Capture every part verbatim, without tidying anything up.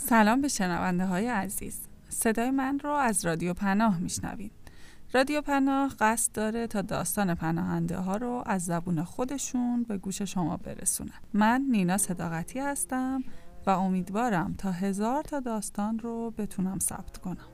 سلام به شنونده های عزیز. صدای من رو از رادیو پناه میشنوید. رادیو پناه قصد داره تا داستان پناهنده ها رو از زبون خودشون به گوش شما برسونه. من نینا صداقتی هستم و امیدوارم تا هزار تا داستان رو بتونم ثبت کنم.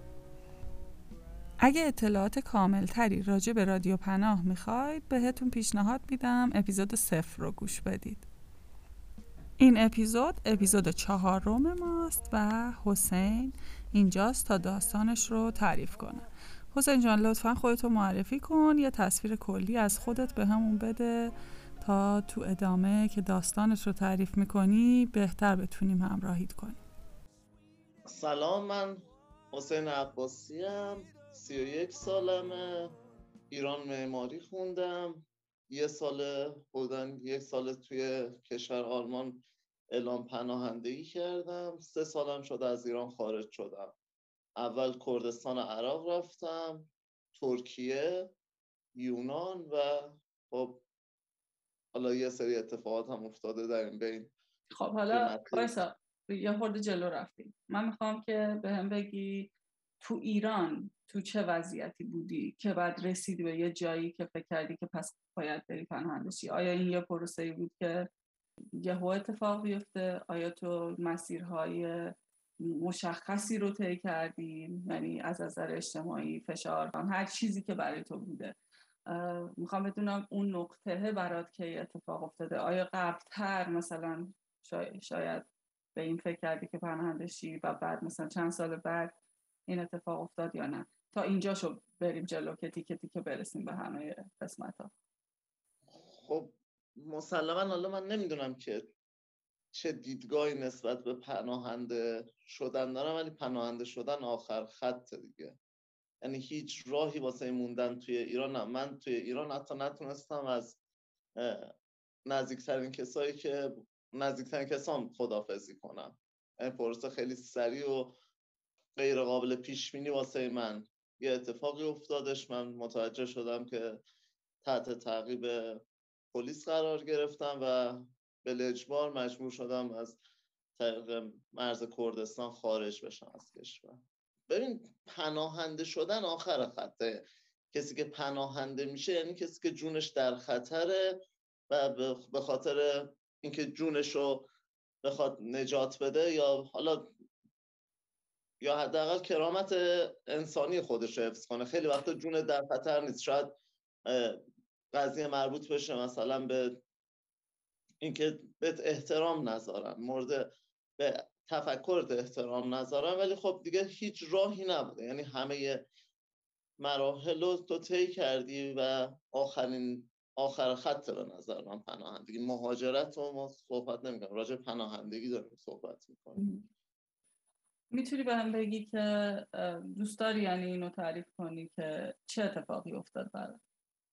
اگه اطلاعات کامل تری راجع به رادیو پناه میخواید بهتون پیشنهاد میدم اپیزود صفر رو گوش بدید. این اپیزود اپیزود چهارم ماست و حسین اینجاست تا داستانش رو تعریف کنه. حسین جان لطفاً خودتو معرفی کن، یه تصویر کلی از خودت به همون بده تا تو ادامه که داستانش رو تعریف میکنی بهتر بتونیم همراهیت کنیم. سلام، من حسین عباسی ام، سی و یک سالمه، ایران معماری خوندم. یه سال بودن یک سال توی کشور آلمان اعلام پناهندگی کردم. سه سالم شده از ایران خارج شدم. اول کردستان عراق رفتم، ترکیه، یونان و خب حالا یه سری اتفاقات هم افتاده در این بین. خب حالا وایسا یه خورده جلو رفتیم. من میخوام که به هم بگی تو ایران تو چه وضعیتی بودی که بعد رسیدی به یه جایی که فکر کردی که پس باید بری پناهنده شی؟ آیا این یه پروسه‌ای بود که یهو اتفاق بیفته؟ آیا تو مسیرهای مشخصی رو طی کردی؟ یعنی از نظر اجتماعی، فشار، هر چیزی که برای تو بوده. میخوام بدونم اون نقطه برات که اتفاق افتاده. آیا قبلتر مثلا شاید, شاید به این فکر کردی که پناهنده شی و بعد مثلا چند سال بعد این اتفاق افتاد یا نه؟ تا اینجا شو بریم جلو که تیکه تیکه برسیم به همه قسمت ها. خب مسلما حالا من نمیدونم که چه دیدگاهی نسبت به پناهنده شدن دارم، ولی پناهنده شدن آخر خط دیگه. یعنی هیچ راهی واسه موندن توی ایران هم. من توی ایران حتی نتونستم از نزدیکترین کسایی که نزدیکترین کسام خداحافظی کنم. این پروسه خیلی سریع و غیر قابل پیش بینی واسه من. یه اتفاقی افتادش، من متوجه شدم که تحت تعقیب پلیس قرار گرفتم و به اجبار مجبور شدم از طریق مرز کردستان خارج بشم از کشور. ببین، پناهنده شدن آخر خطه. کسی که پناهنده میشه یعنی کسی که جونش در خطره و به خاطر اینکه جونش رو بخواد نجات بده یا حالا یا حداقل کرامت انسانی خودش رو حفظ کنه. خیلی وقتا جون در خطر نیست، شاید قضیه مربوط بشه مثلا به اینکه بهت احترام نذارن، مورد به تفکرت احترام نذارن، ولی خب دیگه هیچ راهی نبوده. یعنی همه مراحل رو تو طی کردی و آخرین آخر خط به نظر من پناهندگی. مهاجرت رو ما صحبت نمی‌کنیم، راجع به پناهندگی داریم صحبت می‌کنیم. میتونی به هم بگی که دوست داری یعنی اینو تعریف کنی که چه اتفاقی افتاد برات؟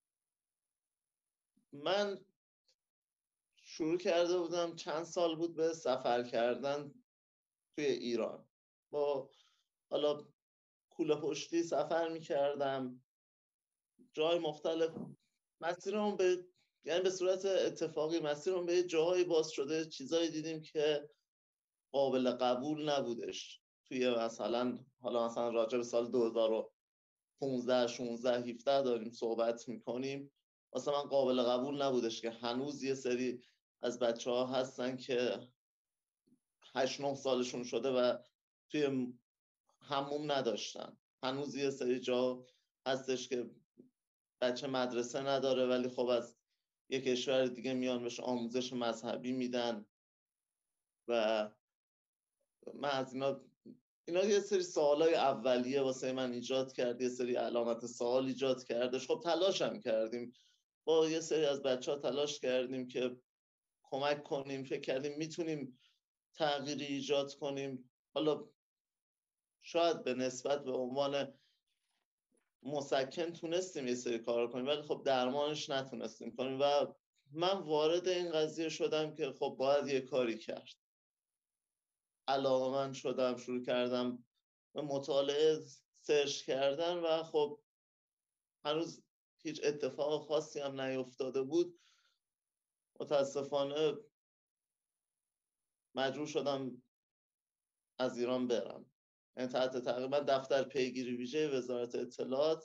من شروع کرده بودم، چند سال بود، به سفر کردن توی ایران. با حالا کوله پشتی سفر میکردم جای مختلف. مسیرمون به یعنی به صورت اتفاقی مسیرمون به جاهایی باز شده، چیزایی دیدیم که قابل قبول نبودش. توی مثلا حالا مثلا راجع به سال دو هزار و پانزده شانزده هفده داریم صحبت میکنیم. واسه من قابل قبول نبودش که هنوز یه سری از بچه ها هستن که هشت نه سالشون شده و توی حموم نداشتن. هنوز یه سری جا هستش که بچه مدرسه نداره ولی خب از یک کشور دیگه میان بهش آموزش مذهبی میدن و من از اینا اینا یه سری سوالای اولیه واسه من ایجاد کرد، یه سری علامت سوال ایجاد کردش. خب تلاش هم کردیم، با یه سری از بچه ها تلاش کردیم که کمک کنیم، فکر کردیم میتونیم تغییری ایجاد کنیم. حالا شاید به نسبت به عنوان مسکن تونستیم یه سری کار کنیم ولی خب درمانش نتونستیم کنیم و من وارد این قضیه شدم که خب باید یه کاری کرد. علاقه‌مند شدم، شروع کردم به مطالعه، سرچ کردن و خب هنوز هیچ اتفاق خاصی هم نیفتاده بود. متاسفانه مجبور شدم از ایران برم. یعنی تحت تقریبا دفتر پیگیری ویژه وزارت اطلاعات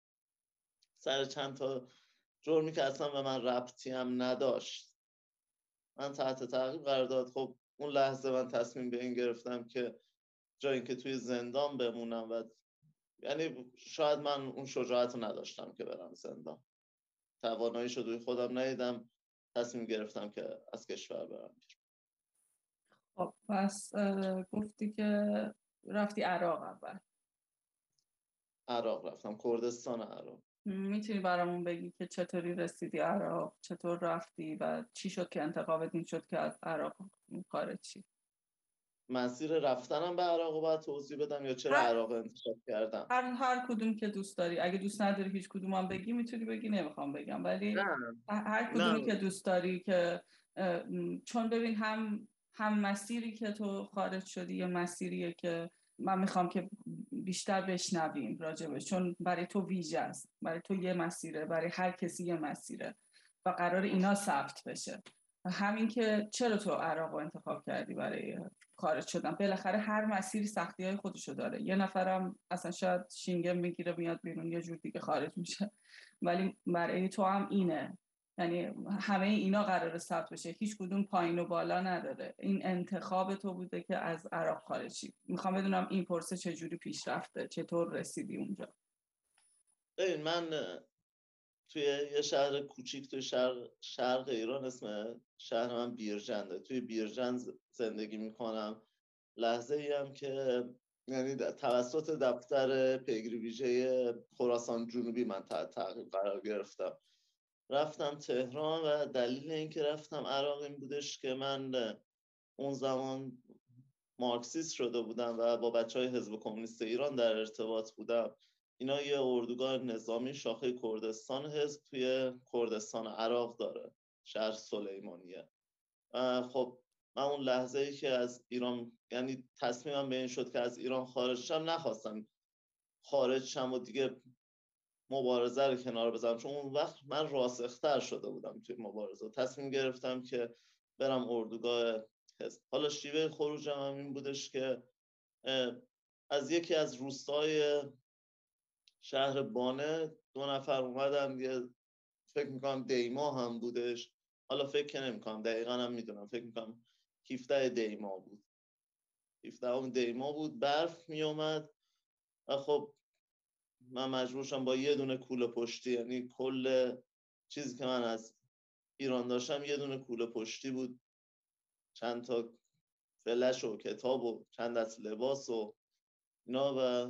سر چند تا جرمی که اصلا به من ربطی هم نداشت من تحت تعقیب قرار داد. خب اون لحظه من تصمیم به این گرفتم که جای اینکه توی زندان بمونم و یعنی شاید من اون شجاعت رو نداشتم که برم زندان، تواناییشو دوی خودم ندیدم، تصمیم گرفتم که از کشور برم. خب پس گفتی که رفتی عراق اول. عراق رفتم، کردستان عراق. میتونی برامون بگی که چطوری رسیدی عراق، چطور رفتی و چی شد که انتخابت این شد که از عراق خارج شی؟ مسیر رفتنم به عراق رو باید توضیح بدم یا چرا هر... عراق انتخاب کردم؟ هر هر کدوم که دوست داری. اگه دوست نداری هیچ کدوم هم بگی میتونی بگی نمیخوام بگم، ولی نه. هر کدومی که دوست داری. که چون ببین هم هم مسیری که تو خارج شدی یا مسیریه که من میخوام که بیشتر بشنویم راجبش، چون برای تو ویژه است، برای تو یه مسیره، برای هر کسی یه مسیره و قرار اینا ثبت بشه. همین که چرا تو عراق رو انتخاب کردی برای خارج شدن. بالاخره هر مسیری سختی های خودشو داره. یه نفرم اصلا شاید شینگم میگیره میاد بیرون یه جور دیگه خارج میشه، ولی برای تو هم اینه. یعنی همه اینا قراره ثبت بشه، هیچ کدوم پایین و بالا نداره. این انتخاب تو بوده که از عراق خارج شی. میخوام بدونم این پرسه چجوری پیش رفته، چطور رسیدی اونجا؟ ببین من توی یه شهر کوچیک توی شرق, شرق ایران اسم شهر من بیرجنده، توی بیرجند زندگی میکنم. لحظه ای هم که یعنی توسط دفتر پیگیری ویژه خراسان جنوبی من تحت تعقیب قرار گرفتم. رفتم تهران و دلیل اینکه رفتم عراق این بودش که من اون زمان مارکسیست شده بودم و با بچهای حزب کمونیست ایران در ارتباط بودم. اینا یه اردوگاه نظامی شاخه کردستان حزب توی کردستان عراق داره، شهر سلیمانیه. خب من اون لحظه ای که از ایران یعنی تصمیمم به این شد که از ایران خارج شم، نخواستم خارج شم و دیگه مبارزه رو کنار بذارم، چون اون وقت من راسختر شده بودم توی مبارزه. تصمیم گرفتم که برم اردوگاه حزب. حالا شیوه خروجم هم این بودش که از یکی از روستای شهر بانه دو نفر اومدن، یه فکر میکنم دیما هم بودش، حالا فکر که نمیکنم دقیقا هم میدونم، فکر میکنم هفده دیما بود، هفده هم دیما بود. برف میومد و خب من مجبور شدم با یه دونه کوله پشتی، یعنی کل چیزی که من از ایران داشتم یه دونه کوله پشتی بود، چند تا فلش و کتاب و چند دست لباس و اینا، و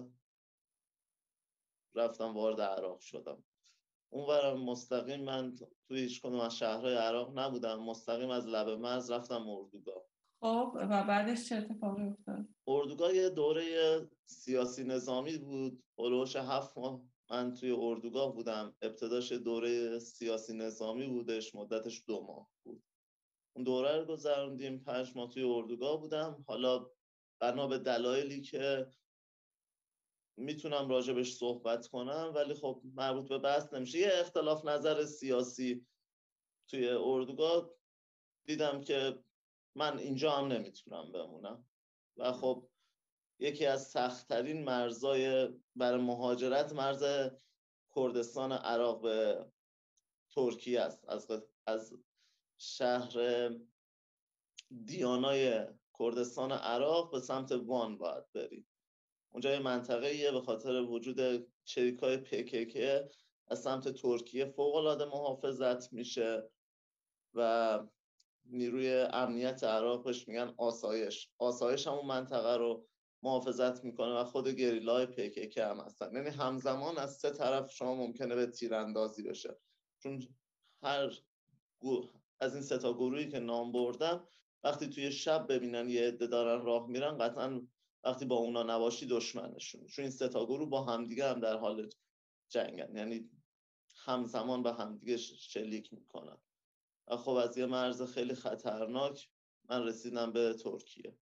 رفتم وارد عراق شدم. اونورم مستقیم من توی هیچ کدوم از شهرهای عراق نبودم، مستقیم از لب مرز رفتم اردوگاه. خب و بعدش چه اتفاقی افتاد؟ اردوگاه یه دوره سیاسی نظامی بود، هلوش هفت ماه من توی اردوگاه بودم. ابتداش دوره سیاسی نظامی بودش، مدتش دو ماه بود. اون دوره رو گذروندیم، پنج ماه توی اردوگاه بودم. حالا بنا به دلایلی که میتونم راجبش صحبت کنم ولی خب مربوط به بحث نمیشه، یه اختلاف نظر سیاسی توی اردوگاه دیدم که من اینجا هم نمیتونم بمونم و خب یکی از سخت‌ترین مرزای برای مهاجرت مرز کردستان عراق به ترکیه است. از از شهر دیانای کردستان عراق به سمت وان باید بریم. اونجا یه منطقه‌ایه به خاطر وجود چریکای پیکی‌کی از سمت ترکیه فوق‌العاده محافظت میشه و نیروی امنیت عراق بهش میگن آسایش. آسایش همون منطقه رو محافظت میکنه و خود گریلای پیکی‌کی هم هستن. یعنی همزمان از سه طرف شما ممکنه به تیراندازی بشه، چون هر از این سه تا گروهی که نام بردم وقتی توی شب ببینن یه عده دارن راه میرن، قطعا وقتی با اونا نباشی دشمنشون، چون این سه تا گروه با همدیگه هم در حال جنگن، یعنی همزمان به همدیگه شلیک میکنن. خب از یه مرز خیلی خطرناک من رسیدم به ترکیه.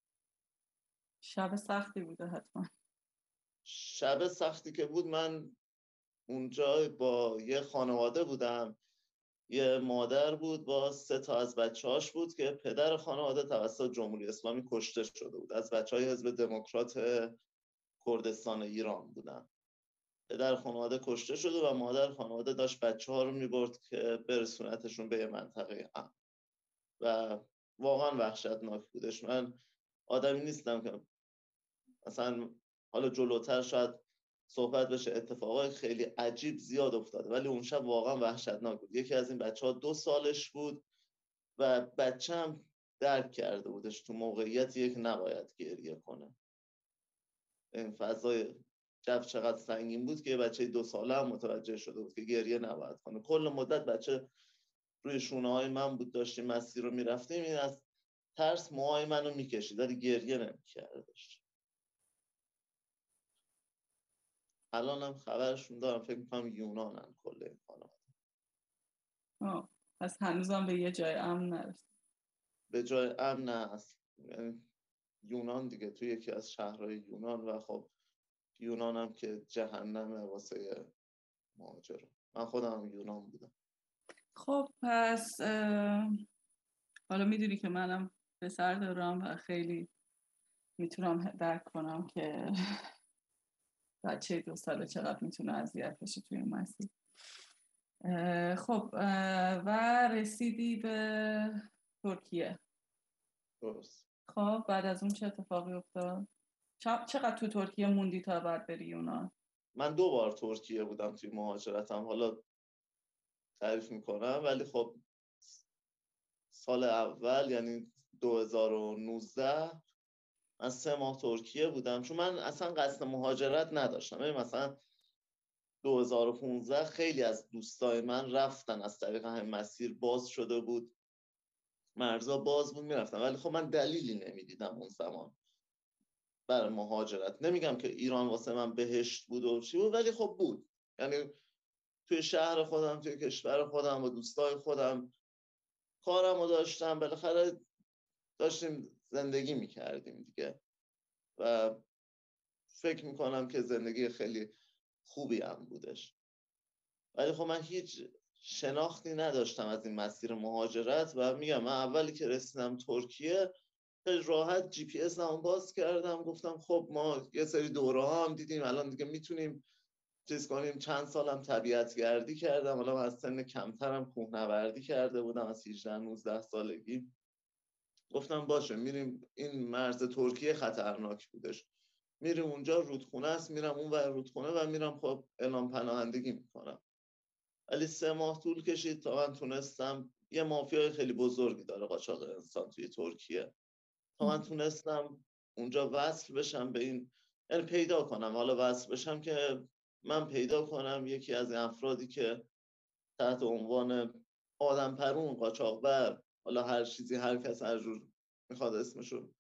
شب سختی بوده حتما. شب سختی که بود، من اونجا با یه خانواده بودم یه مادر بود با سه تا از بچه‌هاش بود که پدر خانواده توسط جمهوری اسلامی کشته شده بود. از بچه‌های حزب دموکرات کردستان ایران بودن. پدر خانواده کشته شده و مادر خانواده داشت بچه‌ها رو می‌برد که برسونتشون به یه منطقه امن و واقعا وحشتناک بودش. من آدمی نیستم که مثلا حالا جلوتر شاید صحبت بشه، اتفاقای خیلی عجیب زیاد افتاده، ولی اون شب واقعا وحشتناک بود. یکی از این بچه‌ها دو سالش بود و بچه هم درک کرده بودش تو موقعیتی که نباید گریه کنه. این فضای جو چقدر سنگین بود که بچه دو ساله هم متوجه شده بود که گریه نباید کنه. کل مدت بچه روی شونه های من بود، داشتیم مسیر رو میرفتیم، این از ترس موهای منو میکشید ولی گریه نمیکردش. الان هم خبرشون دارم، فکر میکنم یونانن کل این خانواده. آه پس هنوزم به یه جای امن نرسید؟ به جای امن نه اصلا، یعنی یونان دیگه، توی یکی از شهرهای یونان و خب یونان هم که جهنمه واسه مهاجران. من خودم یونان بودم. خب پس حالا میدونی که منم پسر دارم و خیلی میتونم درک کنم که بچه دو ساله چقدر میتونه اذیت بشه توی این مسیر. خب و رسیدی به ترکیه. درست. خب بعد از اون چه اتفاقی افتاد؟ چقدر تو ترکیه موندی تا بعد بری یونان؟ من دو بار ترکیه بودم توی مهاجرتم، حالا تعریف میکنم. ولی خب سال اول یعنی دو هزار و نوزده من سه ماه ترکیه بودم، چون من اصلا قصد مهاجرت نداشتم. مثلا دو هزار و پانزده خیلی از دوستای من رفتن از طریق همین مسیر، باز شده بود، مرزا باز بود، میرفتن. ولی خب من دلیلی نمیدیدم اون زمان برای مهاجرت. نمیگم که ایران واسه من بهشت بود و چی بود، ولی خب بود. یعنی توی شهر خودم، توی کشور خودم با دوستای خودم کارم رو داشتم، بالاخره داشتیم زندگی میکردیم دیگه و فکر میکنم که زندگی خیلی خوبی هم بودش. ولی خب من هیچ شناختی نداشتم از این مسیر مهاجرت و میگم من اولی که رسیدم ترکیه خیلی راحت جی پی اس هم باز کردم، گفتم خب ما یه سری دوره ها هم دیدیم، الان دیگه میتونیم چیز کنیم. چند سالم طبیعت گردی کردم، حالا از سن کمترم کوهنوردی کرده بودم از هجده نوزده سالگی. گفتم باشه میریم. این مرز ترکیه خطرناک بودش، میریم اونجا رودخونه است، میرم اون ور رودخونه و میرم خب اعلام پناهندگی میکنم. ولی سه ماه طول کشید تا من تونستم، یه مافیای خیلی بزرگی داره قاچاق انسان توی ترکیه، تا من تونستم اونجا وصل بشم به این، یعنی پیدا کنم. حالا وصل بشم که من پیدا کنم یکی از این افرادی که تحت عنوان آدم پرون، قاچاقبر، حالا هر چیزی، هر کس هر جور میخواد اسمشو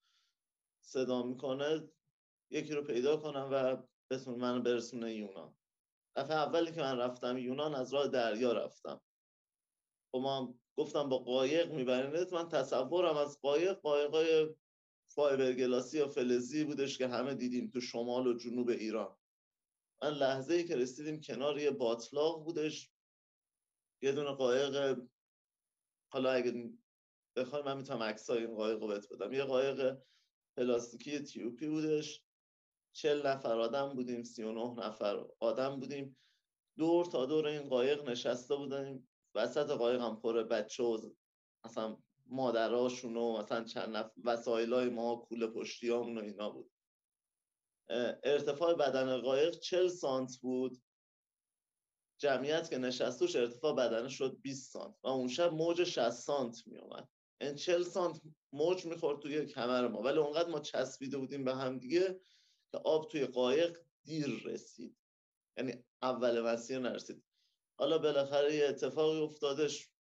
صدا میکنه، یکی رو پیدا کنم و بتونه منو برسونه یونان. دفعه اولی که من رفتم یونان از راه دریا رفتم. خب ما گفتم با قایق میبرینت. من تصورم از قایق قایقای فایبرگلاسی یا فلزی بودش که همه دیدیم تو شمال و جنوب ایران. من لحظه ای که رسیدیم کنار یه باطلاق بودش، یه دونه قایق، حالا اگه بخوای من میتونم عکسای این قایق رو بهت بدم، یه قایق پلاستیکی تیوپی بودش. چهل نفر آدم بودیم، سی و نه نفر آدم بودیم، دور تا دور این قایق نشسته بودیم. وسط قایق هم پر بچه و مثلا مادراشون و مثلا چند نفر وسایلای ما، کوله پشتیامون و اینا بود. ارتفاع بدن قایق چهل سانت بود، جمعیت که نشستوش ارتفاع بدنش شد بیست سانت و اون شب موج شصت سانت می اومد. این چهل سانت موج میخورد توی کمر ما، ولی اونقدر ما چسبیده بودیم به هم دیگه که آب توی قایق دیر رسید، یعنی اول مسیر نرسید. حالا بالاخره یه اتفاقی افتادش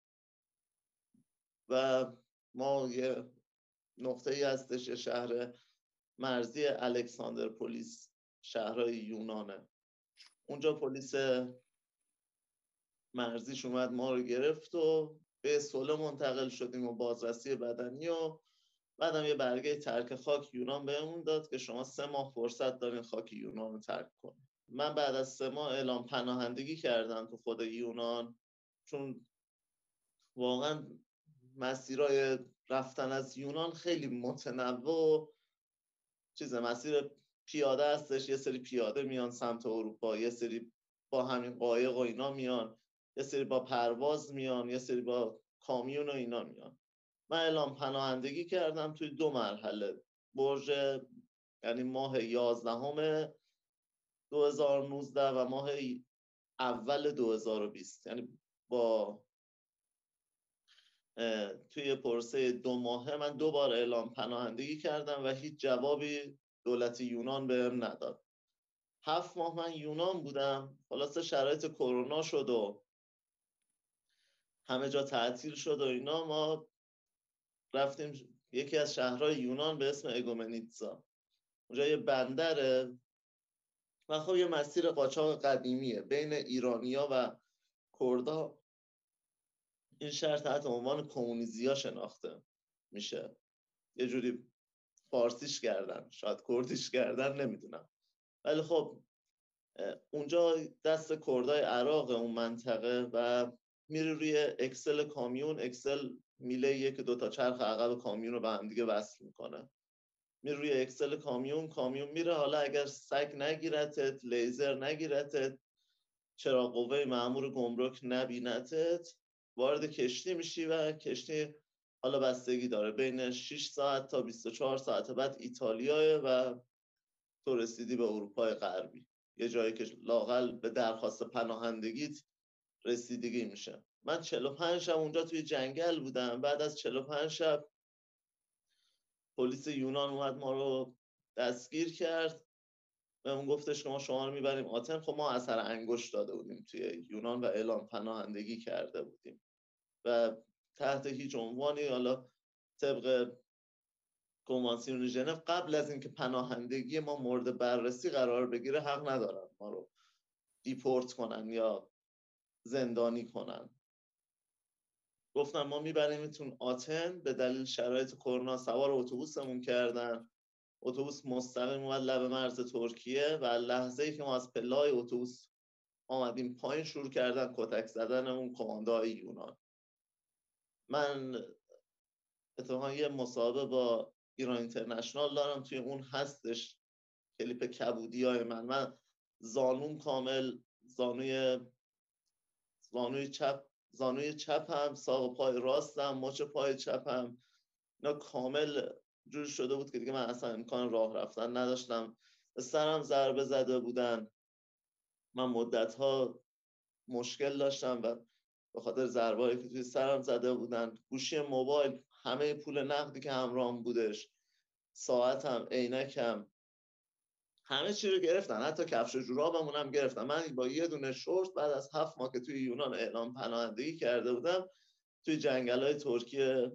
و ما یه نقطه ای هستش، یه شهر مرزی الکساندروپولیس، شهرهای یونانه، اونجا پلیس مرزیش اومد ما رو گرفت و به سوله منتقل شدیم و بازرسی بدنی و بعدم یه برگه ترک خاک یونان بهمون داد که شما سه ماه فرصت دارین خاک یونان رو ترک کنید. من بعد از سه ماه اعلام پناهندگی کردم تو خود یونان، چون واقعا مسیرهای رفتن از یونان خیلی متنوع. چیز مسیر پیاده هستش، یه سری پیاده میان سمت اروپا، یه سری با همین قایق و اینا میان، یه سری با پرواز میان، یه سری با کامیون و اینا میان. من اعلام پناهندگی کردم توی دو مرحله. برج یعنی ماه یازدهم دو هزار و نوزده و ماه اول دو هزار و بیست، یعنی با توی پروسه دو ماهه من دو بار اعلام پناهندگی کردم و هیچ جوابی دولت یونان بهم نداد. هفت ماه من یونان بودم، خلاصه شرایط کرونا شد و همه جا تعطیل شد و اینا. ما رفتیم یکی از شهرهای یونان به اسم اگومنیتسا. اونجا یه بندره و خب یه مسیر قاچاق قدیمیه بین ایرانیا و کردا. این شهر تحت عنوان کمونیزیا شناخته میشه، یه جوری فارسیش کردن، شاید کردیش کردن، نمیدونم. ولی خب اونجا دست کردای عراق اون منطقه و میره روی اکسل کامیون. اکسل میله یک دو تا چرخ عقب کامیون رو به هم دیگه وصل میکنه. میره روی اکسل کامیون، کامیون میره. حالا اگر سگ نگیرتت، لیزر نگیرتت، چراغ قوه مأمور گمرک نبینتت، وارد کشتی میشی و کشتی حالا بستگی داره بین شش ساعت تا بیست و چهار ساعت بعد ایتالیاه و تو رسیدی به اروپای غربی، یه جایی که لااقل به درخواست پناهندگیت رسیدگی میشه. من چهل و پنج شب اونجا توی جنگل بودم. بعد از چهل و پنج شب پلیس یونان اومد ما رو دستگیر کرد و اون گفتش که ما شما رو میبریم آتن. خب ما اثر انگشت داده بودیم توی یونان و اعلام پناهندگی کرده بودیم و تحت هیچ عنوانی، حالا طبق کنوانسیون ژنو، قبل از اینکه پناهندگی ما مورد بررسی قرار بگیره حق ندارن ما رو دیپورت کنن یا زندانی کنن. گفتن ما میبریمتون آتن. به دلیل شرایط کرونا سوار اتوبوسمون کردن. اتوبوس مستقیم اومد لب مرز ترکیه و لحظه‌ای که ما از پله‌های اتوبوس آمدیم پایین شروع کردن کتک زدن اون کماندوهای یونان. من اتفاقا یه مصاحبه با ایران اینترنشنال دارم، توی اون هستش کلیپ کبودی های من. من زانوم کامل، زانوی زانوی چپ زانوی چپم، ساق پای راستم، مچ پای چپم، اینا کامل جور شده بود که دیگه من اصلا امکان راه رفتن نداشتم. سرم ضربه زده بودن. من مدت‌ها مشکل داشتم و به خاطر ضربه‌ای که توی سرم زده بودن. گوشی موبایل، همه پول نقدی که همراهم بودش، ساعتم، عینکم، همه چی رو گرفتن. حتی کفش و جورابمون هم گرفتن. من با یه دونه شورت بعد از هفت ماه که توی یونان اعلام پناهندگی کرده بودم، توی جنگل‌های ترکیه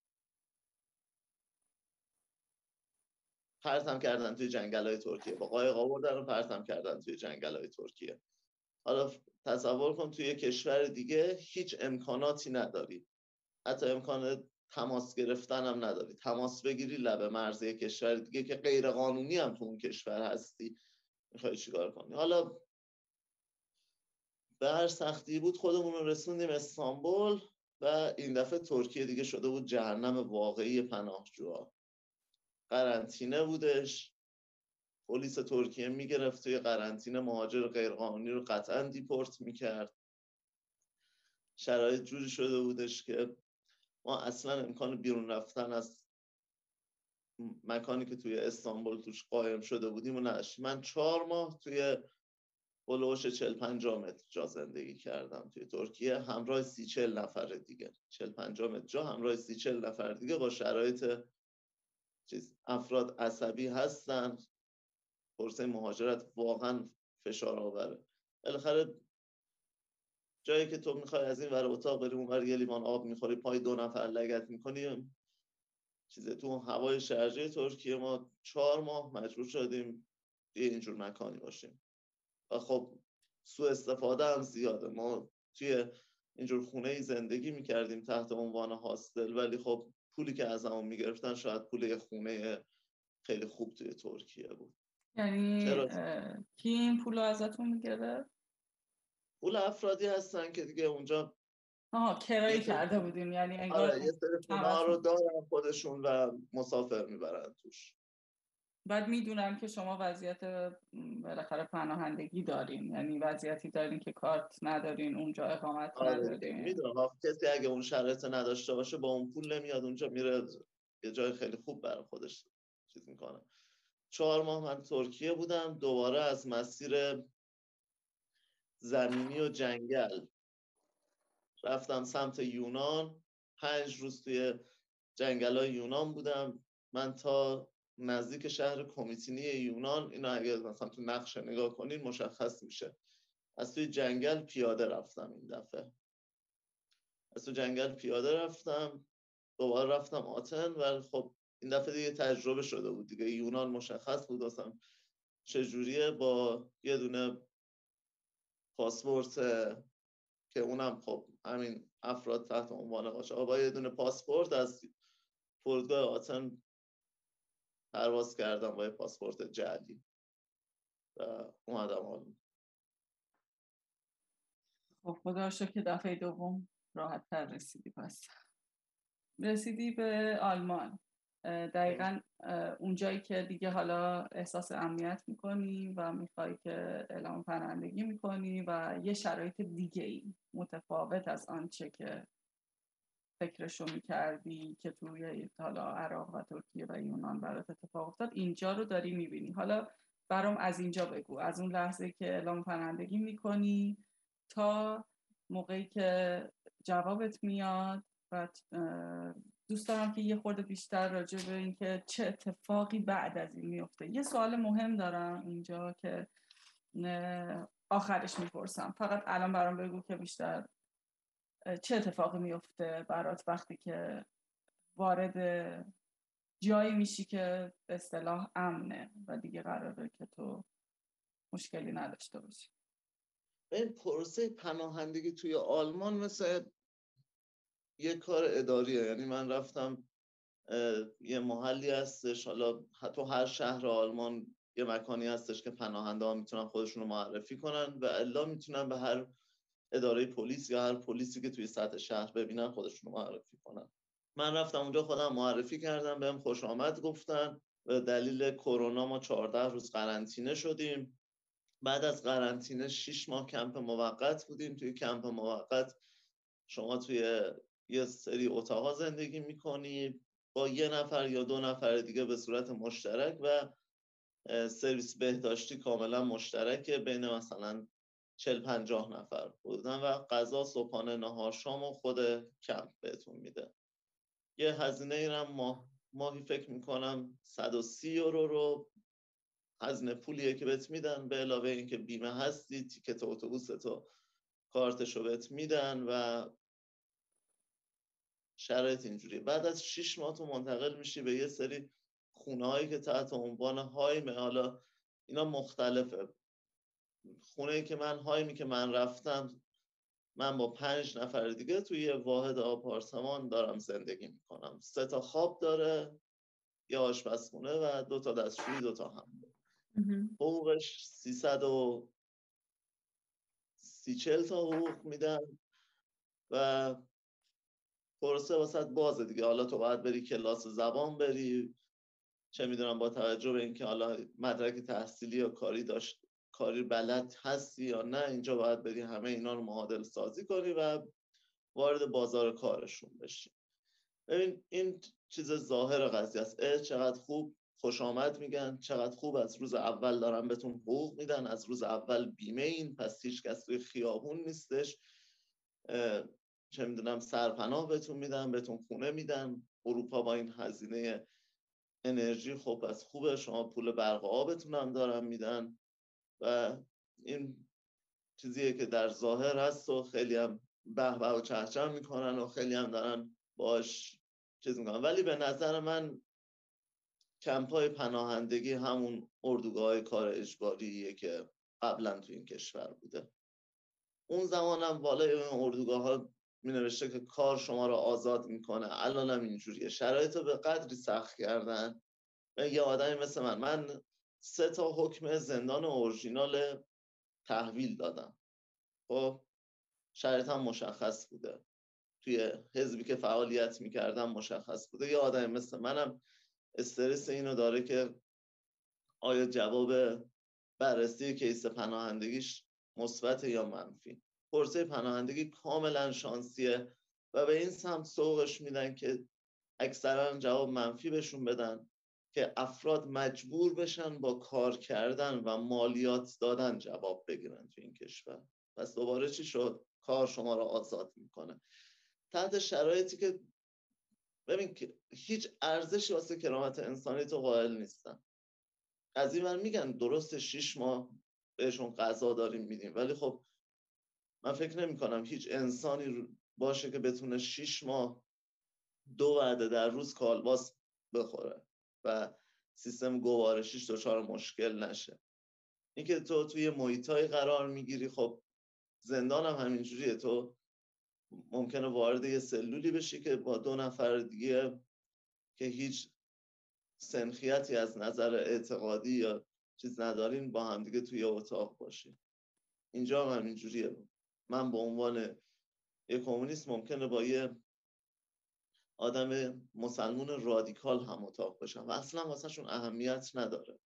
پرتم کردن. توی جنگل‌های ترکیه با قایق آوردن و پرتم کردن توی جنگل‌های ترکیه. حالا تصور کن توی کشور دیگه هیچ امکاناتی نداری، حتی امکان تماس گرفتن هم نداری. تماس بگیری لب مرز کشور دیگه که غیر قانونی هم تو اون کشور هستی، میخوای چیکار کنی؟ حالا به هر سختی بود خودمون رو رسوندیم استانبول و این دفعه ترکیه دیگه شده بود جهنم واقعی پناهجوها. قرنطینه بودش، پلیس ترکیه میگرفت توی قرنطینه مهاجر غیرقانونی رو قطعا دیپورت میکرد. شرایط جوری شده بودش که ما اصلا امکان بیرون رفتن از مکانی که توی استانبول توش قایم شده بودیم و نداشتیم. من چهار ماه توی بلوش چهل پنجاه متر جا زندگی کردم توی ترکیه، همراه سی چهل نفر دیگه. چهل پنجاه متر جا همراه سی چهل نفر دیگه با شرایط چیز. افراد عصبی هستن، پروسه مهاجرت واقعا فشار آوره. بالاخره جایی که تو میخوای از این ور اتاق بری اون ور یه لیوان آب میخوری، پای دو نفر لگد میکنی، چیزه. تو هوای شرجه ترکیه ما چهار ماه مجبور شدیم یه اینجور مکانی باشیم و خب سوء استفاده هم زیاده. ما توی اینجور خونه ای زندگی میکردیم تحت عنوان هاستل، ولی خب پولی که از همون میگرفتن شاید پول خونه خیلی خوب توی ترکیه بود. یعنی کی این پول رو ازتون میگرفت؟ پول افرادی هستن که دیگه اونجا آها کرایه کرده بودیم، یعنی انگار آره یه سری خونه ها رو دارن خودشون و مسافر میبرن توش. بعد میدونم که شما وضعیت بالاخره پناهندگی دارین، یعنی وضعیتی دارین که کارت ندارین، اونجا اقامت آره ندارین. میدونم کسی اگه اون شرایط نداشته باشه با اون پول نمیاد اونجا، میره یه جای خیلی خوب برای خودش چیز میکنه. چهار ماه من ترکیه بودم، دوباره از مسیر زمینی و جنگل رفتم سمت یونان. پنج روز توی جنگل‌های یونان بودم. من تا نزدیک شهر کومیتینی یونان، اینو اگه مثلا تو نقشه نگاه کنین مشخص میشه، از توی جنگل پیاده رفتم. این دفعه از توی جنگل پیاده رفتم، دوباره رفتم آتن. ولی خب این دفعه دیگه تجربه شده بود دیگه، یونان مشخص بود اصلا چجوریه، با یه دونه پاسپورت که اونم خب همین افراد تحت عنوان قاچاق، با یه دونه پاسپورت از فرودگاه آتن پرواز کردم با یه پاسپورت جعلی و اومدم آلمان. خب خدا رو شکر که دفعه دوم راحت تر رسیدی. پس رسیدی به آلمان، دقیقا اون جایی که دیگه حالا احساس امنیت میکنی و میخوای که اعلام پناهندگی میکنی و یه شرایط دیگه ای متفاوت از آنچه که فکرشو میکردی که توی حالا عراق و ترکیه و یونان برات اتفاق افتاد، اینجا رو داری میبینی. حالا برام از اینجا بگو، از اون لحظه که اعلام پناهندگی میکنی تا موقعی که جوابت میاد. و دوست دارم که یه خورده بیشتر راجع به این که چه اتفاقی بعد از این میفته. یه سوال مهم دارم اینجا که آخرش میپرسم، فقط الان برام بگو که بیشتر چه اتفاقی میفته برات وقتی که وارد جایی میشی که به اصطلاح امنه و دیگه قراره که تو مشکلی نداشته باشی. این پروسه پناهندگی توی آلمان مثل یه کار اداریه. یعنی من رفتم یه محلی هستش، حالا حتی هر شهر آلمان یه مکانی هستش که پناهنده ها میتونن خودشون رو معرفی کنن و الا میتونن به هر اداره پلیس یا هر پلیسی که توی سطح شهر ببینن خودشون رو معرفی کنن. من رفتم اونجا خودم معرفی کردم، بهم خوش آمد گفتن. به دلیل کرونا ما چهارده روز قرنطینه شدیم. بعد از قرنطینه شش ماه کمپ موقت بودیم. توی کمپ موقت شما توی یه سری اتاقا زندگی میکنی با یه نفر یا دو نفر دیگه به صورت مشترک و سرویس بهداشتی کاملا مشترکه بین مثلا چهل پنجاه نفر بودن و غذا صبحانه نهار شام و خود کمپ بهتون میده. یه هزینه ای هم ماه ماهی فکر میکنم صد و سی یورو رو هزینه پولیه که بهت میدن، به علاوه اینکه بیمه هستی، تیکت اتوبوس تو کارتشو بهت میدن و شرایط اینجوری. بعد از شش ماه تو منتقل میشی به یه سری خونه هایی که تحت عنوان هایمه. حالا اینا مختلفه. خونه ای که من هایمی که من رفتم، من با پنج نفر دیگه توی یه واحد آپارتمان دارم زندگی میکنم. سه تا خواب داره، یه آشپزخونه و دو تا دستشویی، دو تا حمام. حقوقش سیصد و سی چل تا حقوق میدن و پروسه واسط بازه دیگه. حالا تو باید بری کلاس زبان بری، چه میدونم با توجه به اینکه حالا مدرک تحصیلی یا کاری داشت کاری بلد هستی یا نه، اینجا باید بری همه اینا رو معادل سازی کنی و وارد بازار کارشون بشی. ببین این چیز ظاهر قضیه است. اه چقدر خوب خوش آمد میگن، چقدر خوب از روز اول دارن بهتون حقوق میدن، از روز اول بیمه این، پس هیچ کس توی خیابون نیستش، چه میدونم سرپناه بهتون میدن، بهتون خونه میدن. اروپا با این هزینه انرژی خب از خوبه، شما پول برق و آبتون هم دارن میدن و این چیزیه که در ظاهر هست و خیلی هم به به و چهچه میکنن و خیلی هم دارن باش چیز میکنن. ولی به نظر من کمپای پناهندگی همون اردوگاه کار اجباریه که قبلا تو این کشور بوده. اون زمان هم بالای این اردوگاه ها می نوشته که کار شما رو آزاد میکنه. الان هم اینجوریه. شرایط رو به قدری سخت کردن. یه آدمی مثل من من سه تا حکم زندان اورژینال تحویل دادم. خب شرایط هم مشخص بوده. توی حزبی که فعالیت میکردم مشخص بوده. یه آدم مثل منم استرس اینو داره که آیا جواب بررسی کیس پناهندگیش مثبت یا منفی. پرسه پناهندگی کاملا شانسیه و به این سمت سوقش میدن که اکثرا جواب منفی بهشون بدن که افراد مجبور بشن با کار کردن و مالیات دادن جواب بگیرن تو این کشور. پس دوباره چی شد؟ کار شما رو آزاد میکنه تحت شرایطی که ببین که هیچ ارزشی واسه کرامت انسانی تو قائل نیستن. از این ور میگن درست شیش ماه بهشون غذا داریم میدیم، ولی خب من فکر نمی کنم هیچ انسانی باشه که بتونه شیش ماه دو وعده در روز کالباس بخوره و سیستم گوارشیش دچار مشکل نشه. اینکه تو توی محیطای قرار میگیری، خب زندان هم همینجوریه، تو ممکنه وارد یه سلولی بشی که با دو نفر دیگه که هیچ سنخیتی از نظر اعتقادی یا چیز ندارین با هم دیگه توی اتاق باشی. اینجا هم همینجوریه. من به عنوان یه کمونیست ممکنه با یه آدم مسلمون رادیکال هم اتاق باشم و اصلا واسه شون اهمیت نداره.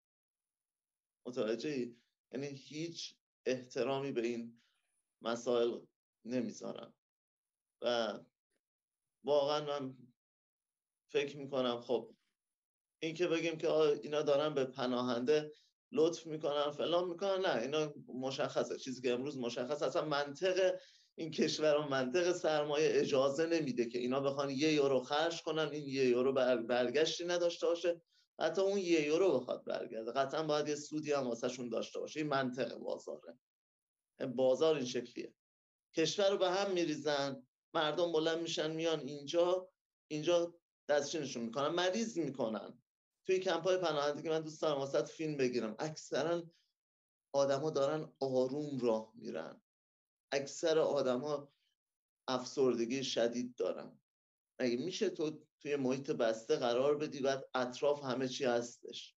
متوجهی؟ یعنی هیچ احترامی به این مسائل نمیذارم و واقعا من فکر میکنم خب این که بگیم که اینا دارن به پناهنده لطف میکنن فلان میکنن، نه، اینا مشخصه. چیزی که امروز مشخصه اصلا منطق این کشور و منطق سرمایه اجازه نمیده که اینا بخوان یه یورو خرج کنن این یه یورو برگشتی نداشته باشه، حتی اون یه یورو بخواد برگرده قطعا باید یه سودی هم واسه شون داشته باشه. این منطق بازاره. بازار این شکلیه. کشور رو به هم میریزن، مردم بلند میشن میان اینجا اینجا دستشینشون میکنن، مریض میکنن. توی کمپای پناهندگی من دوست دارم واسه فیلم بگیرم، اکثرا آدما دارن آروم راه میرن، اکثر آدما افسردگی شدید دارن. مگه میشه تو توی محیط بسته قرار بدی بعد اطراف همه چی هستش؟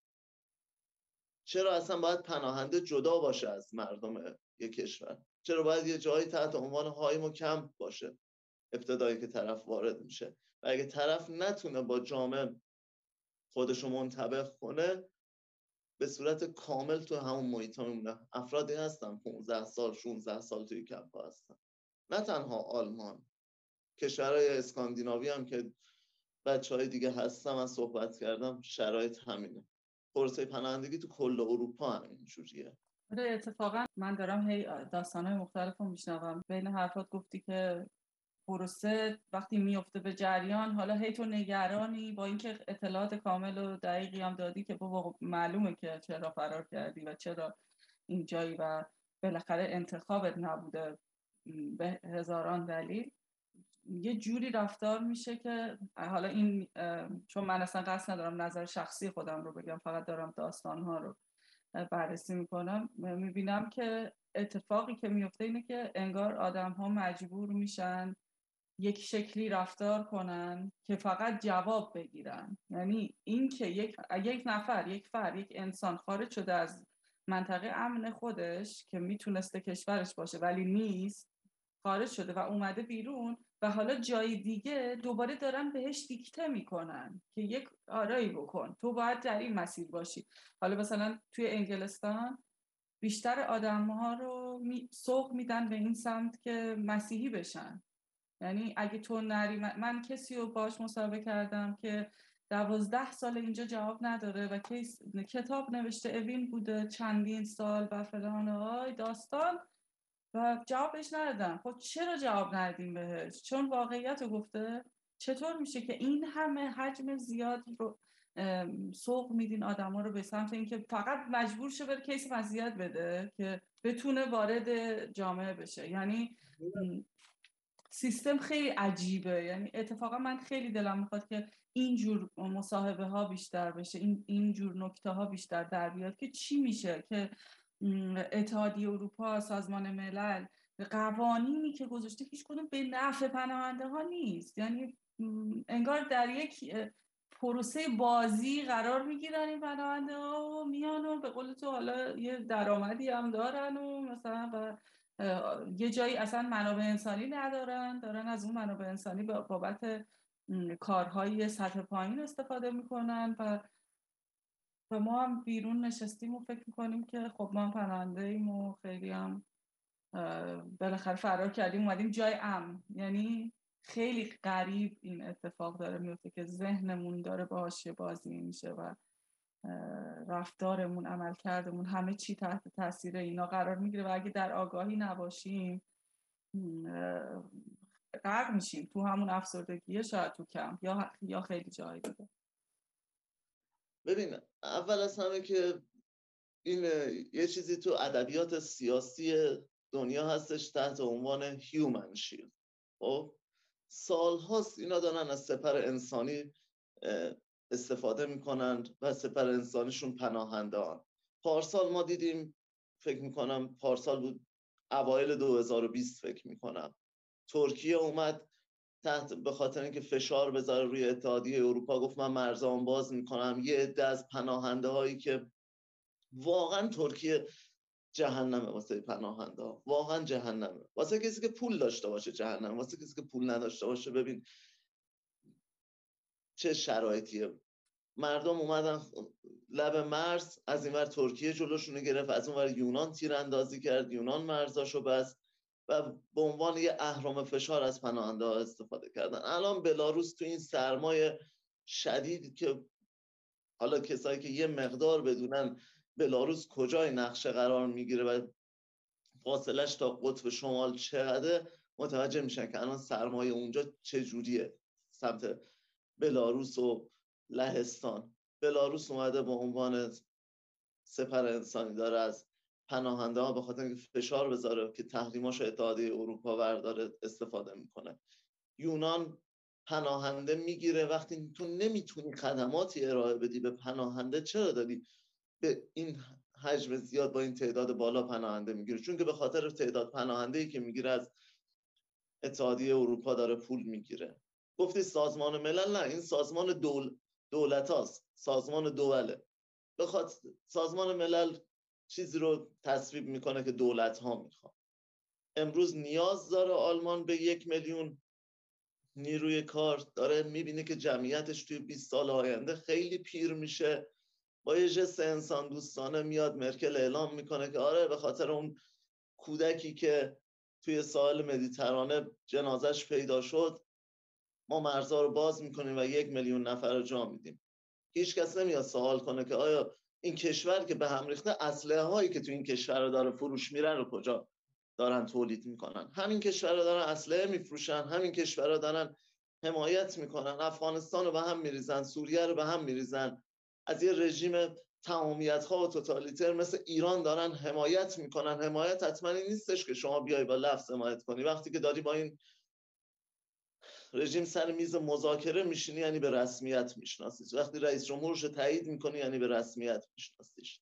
چرا اصلا باید پناهنده جدا باشه از مردم یک کشور؟ چرا باید یه جایی تحت عنوان هایم و کمپ باشه ابتدایی که طرف وارد میشه؟ و اگه طرف نتونه با جامعه خودشو منطبق کنه به صورت کامل تو همون محیط ها میمونه. افرادی هستن پانزده سال شانزده سال توی کمپ ها هستن، نه تنها آلمان، کشورهای اسکاندیناوی هم که بچه های دیگه هستن من صحبت کردم شرایط همینه. پرسه پناهندگی تو کل اروپا همین جوریه. آره اتفاقا من دارم هی داستانهای مختلف رو میشنوم. بین حرفات گفتی که پروسه وقتی میفته به جریان، حالا هی تو نگرانی با اینکه اطلاعات کامل و دقیقی هم دادی که بابا معلومه که چرا فرار کردی و چرا اینجایی و بالاخره انتخابت نبوده به هزاران دلیل، یه جوری رفتار میشه که حالا این چون من اصلا قصد ندارم نظر شخصی خودم رو بگم، فقط دارم داستانها رو بررسی میکنم، میبینم که اتفاقی که میفته اینه که انگار آدم ها مجبور میشن یک شکلی رفتار کنن که فقط جواب بگیرن. یعنی این که یک یک نفر یک فرد یک انسان خارج شده از منطقه امن خودش که میتونسته کشورش باشه ولی نیست، خارج شده و اومده بیرون و حالا جای دیگه دوباره دارن بهش دیکته میکنن که یک آرایی بکن، تو باید در این مسیر باشی. حالا مثلا توی انگلستان بیشتر آدم‌ها رو می، سوق میدن به این سمت که مسیحی بشن. یعنی اگه تو نری، من کسی رو باش مصاحبه کردم که دوازده سال اینجا جواب نداره و کیس کتاب نوشته، اوین بوده چندین سال و فلان های داستان و جوابش ندادن. خب چرا جواب ندیم بهش؟ چون واقعیت رو گفته. چطور میشه که این همه حجم زیاد رو سوق میدین آدم ها رو به سمت اینکه فقط مجبور شه بره کیس مزیت بده که بتونه وارد جامعه بشه؟ یعنی سیستم خیلی عجیبه. یعنی اتفاقا من خیلی دلم میخواد که اینجور مصاحبه ها بیشتر بشه، این اینجور نکته ها بیشتر در بیاد که چی میشه که اتحادیه اروپا، سازمان ملل، قوانینی که گذاشته هیچ کدوم به نفع پناهنده ها نیست. یعنی انگار در یک پروسه بازی قرار میگیرن این پناهنده ها و میان و به قول تو حالا یه درآمدی هم دارن و مثلا و یه جایی اصلا منابع انسانی ندارن، دارن از اون منابع انسانی به بابت کارهای سطح پایین استفاده میکنن و و ما هم بیرون نشستیم و فکر میکنیم که خب ما هم پناهنده ایم و خیلی هم بالاخره فرار کردیم اومدیم جای امن. یعنی خیلی غریب این اتفاق داره میفته که ذهنمون داره باهاش بازی میشه و رفتارمون، عملکردمون، همه چی تحت تاثیر اینا قرار میگیره و اگه در آگاهی نباشیم غرق میشیم تو همون افسردگی، شاید تو کمپ یا یا خیلی جای دیگه. ببین اول از همه که این یه چیزی تو ادبیات سیاسی دنیا هستش تحت عنوان هیومن شیلد. خب سال هاست اینا دارن از سپر انسانی استفاده میکنند و سپر انسانیشون پناهنده هن. پارسال ما دیدیم، فکر میکنم پارسال بود، اوایل دو هزار و بیست فکر میکنم، ترکیه اومد تحت به خاطر اینکه فشار بذاره روی اتحادیه اروپا، گفت من مرزام باز میکنم. یه عده از پناهنده هایی که واقعا ترکیه جهنمه واسه پناهنده ها، واقعا جهنمه واسه کسی که پول داشته باشه، جهنم واسه کسی که پول نداشته باشه. ببین چه شرایطیه. مردم اومدن لب مرز، از اینور ترکیه جلوشونو گرفت، از اونور یونان تیراندازی کرد، یونان مرزاشو بست و به عنوان یه اهرم فشار از پناهنده ها استفاده کردن. الان بلاروس تو این سرمای شدید که حالا کسایی که یه مقدار بدونن بلاروس کجای نقشه قرار میگیره و فاصلش تا قطب شمال چقدره، متوجه میشن که الان سرمایه اونجا چجوریه سمت بلاروس و لهستان. بلاروس اومده به عنوان سپر انسانی داره از پناهنده ها به خاطر اینکه فشار بذاره که تحریماش اتحادیه اروپا برداره استفاده میکنه. یونان پناهنده میگیره. وقتی تو نمیتونی خدماتی ارائه بدی به پناهنده، چرا داری به این حجم زیاد با این تعداد بالا پناهنده میگیره؟ چون که به خاطر تعداد پناهنده‌ای که میگیره از اتحادیه اروپا داره پول میگیره. گفتی سازمان ملل، نه، این سازمان دول دولت هاست، سازمان دوله. بخاطر سازمان ملل چیزی رو تصویب میکنه که دولت ها میخوان. امروز نیاز داره آلمان به یک میلیون نیروی کار، داره میبینه که جمعیتش توی بیست سال آینده خیلی پیر میشه. با یه جست انسان دوستانه میاد مرکل اعلام میکنه که آره به خاطر اون کودکی که توی ساحل مدیترانه جنازش پیدا شد ما مرزها رو باز میکنیم و یک میلیون نفر رو جا میدیم. هیچ کس نمیاد سوال کنه که آیا این کشور که به هم ریخته اسلحه هایی که توی این کشور رو داره فروش میرن رو کجا دارن تولید میکنن؟ همین کشور رو دارن اسلحه میفروشن، همین کشور رو دارن حمایت میکنن. افغانستان رو به هم میریزن، سوریه رو به هم میریزن، از یه رژیم تمامیت ها و توتالیتر مثل ایران دارن حمایت میکنن. حمایت حتما این نیستش که شما بیای با لفظ حمایت کنی. وقتی که داری با این رژیم سر میز مذاکره میشینی یعنی به رسمیت میشناسیش. وقتی رئیس جمهورش تایید میکنی یعنی به رسمیت میشناسیش.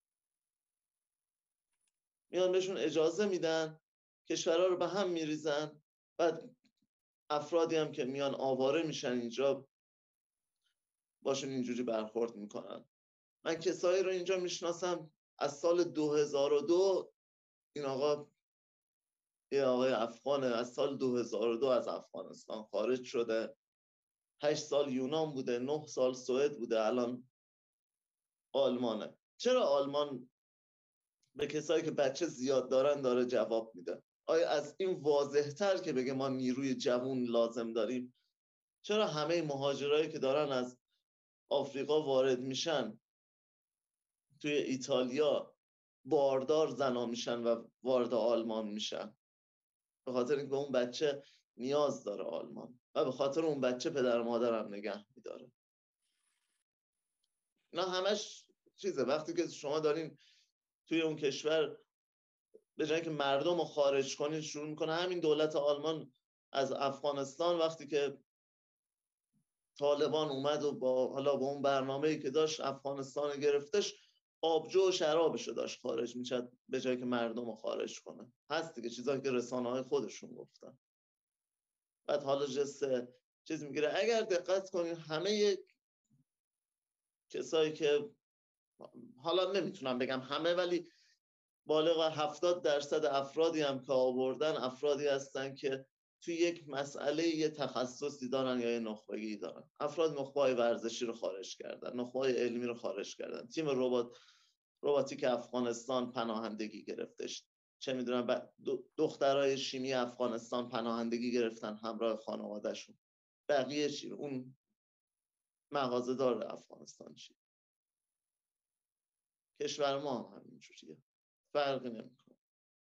میان بهشون اجازه میدن، کشورها رو به هم میریزن، بعد افرادی هم که میان آواره میشن اینجا باشون اینجوری برخورد میکنن. من کسایی رو اینجا میشناسم از سال دو هزار و دو، این آقا یه آقای افغانه، از سال دو هزار و دو از افغانستان خارج شده، هشت سال یونان بوده، نه سال سوئد بوده، الان آلمانه. چرا آلمان به کسایی که بچه زیاد دارن داره جواب میده؟ آیا از این واضح تر که بگه ما نیروی جوان لازم داریم؟ چرا همه مهاجرایی که دارن از آفریقا وارد میشن توی ایتالیا باردار زنا میشن و وارد آلمان میشن؟ به خاطر اینکه اون بچه نیاز داره آلمان و به خاطر اون بچه پدر مادرم نگه میداره. نه همش چیزه. وقتی که شما دارین توی اون کشور به جای که مردم رو خارج کنید شروع میکنه. همین دولت آلمان از افغانستان وقتی که طالبان اومد و با حالا با اون برنامه‌ای که داشت افغانستان گرفتش، آبجو و شرابشو داشت خارج میشد به جای که مردم رو خارج کنه. هست دیگه چیزایی که رسانه‌های خودشون گفتن. بعد حالا جست چیز میگیره. اگر دقت کنید همه کسایی که حالا نمیتونم بگم همه، ولی بالغ هفتاد درصد افرادی هم که آوردن افرادی هستن که توی یک مسئله یه تخصصی دارن یا یه نخبگی دارن. افراد نخبه‌های ورزشی رو خارج کردن، نخبه‌های علمی رو خارج کردن، تیم ربات رباتیک افغانستان پناهندگی گرفتش، چه میدونم دخترای شیمی افغانستان پناهندگی گرفتن همراه خانوادهشون. بقیه چی؟ اون مغازه دار افغانستان چی؟ کشور ما هم همینجوریه، فرقی نمیکنه.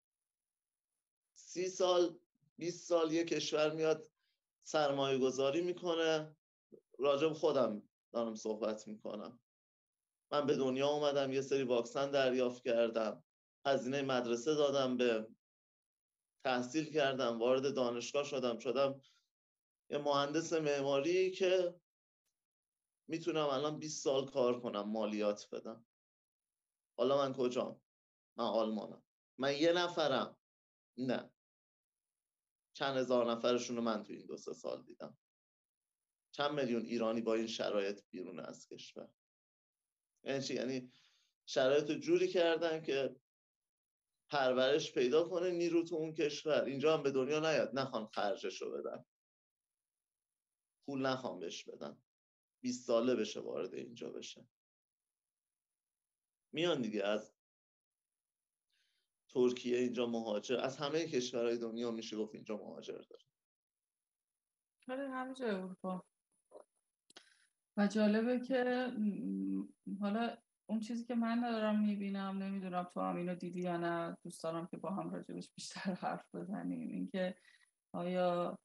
سی سال بیست سال یه کشور میاد سرمایه گذاری میکنه. راجب خودم دارم صحبت میکنم. من به دنیا اومدم، یه سری واکسن دریافت کردم، هزینه مدرسه دادم، به تحصیل کردم، وارد دانشگاه شدم، شدم یه مهندس معماری که میتونم الان بیست سال کار کنم، مالیات بدم. حالا من کجام؟ من آلمانم. من یه نفرم؟ نه، چند هزار نفرشون رو من تو این دو سه سال دیدم. چند میلیون ایرانی با این شرایط بیرون از کشور. یعنی چی؟ یعنی شرایط رو جوری کردن که پرورش پیدا کنه نیرو تو اون کشور. اینجا هم به دنیا نیاد نخوان خرجش رو بدن، پول نخوان بهش بدن، بیست ساله بشه وارد اینجا بشه. میان دیگه از ترکیه اینجا مهاجر، از همه کشورهای دنیا میشه گفت اینجا مهاجر داره. آره، همه جای اروپا. و جالبه که حالا اون چیزی که من دارم میبینم، نمیدونم تو هم اینو دیدی یا نه، دوست دارم که با هم راجبش بیشتر حرف بزنیم، این که آیا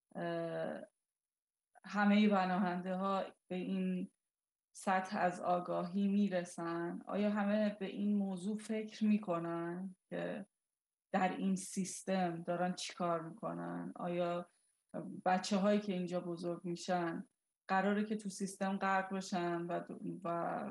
همه پناهنده ها به این سطح از آگاهی میرسن؟ آیا همه به این موضوع فکر میکنن که در این سیستم دارن چی کار میکنن؟ آیا بچه هایی که اینجا بزرگ میشن قراره که تو سیستم غرق بشن و و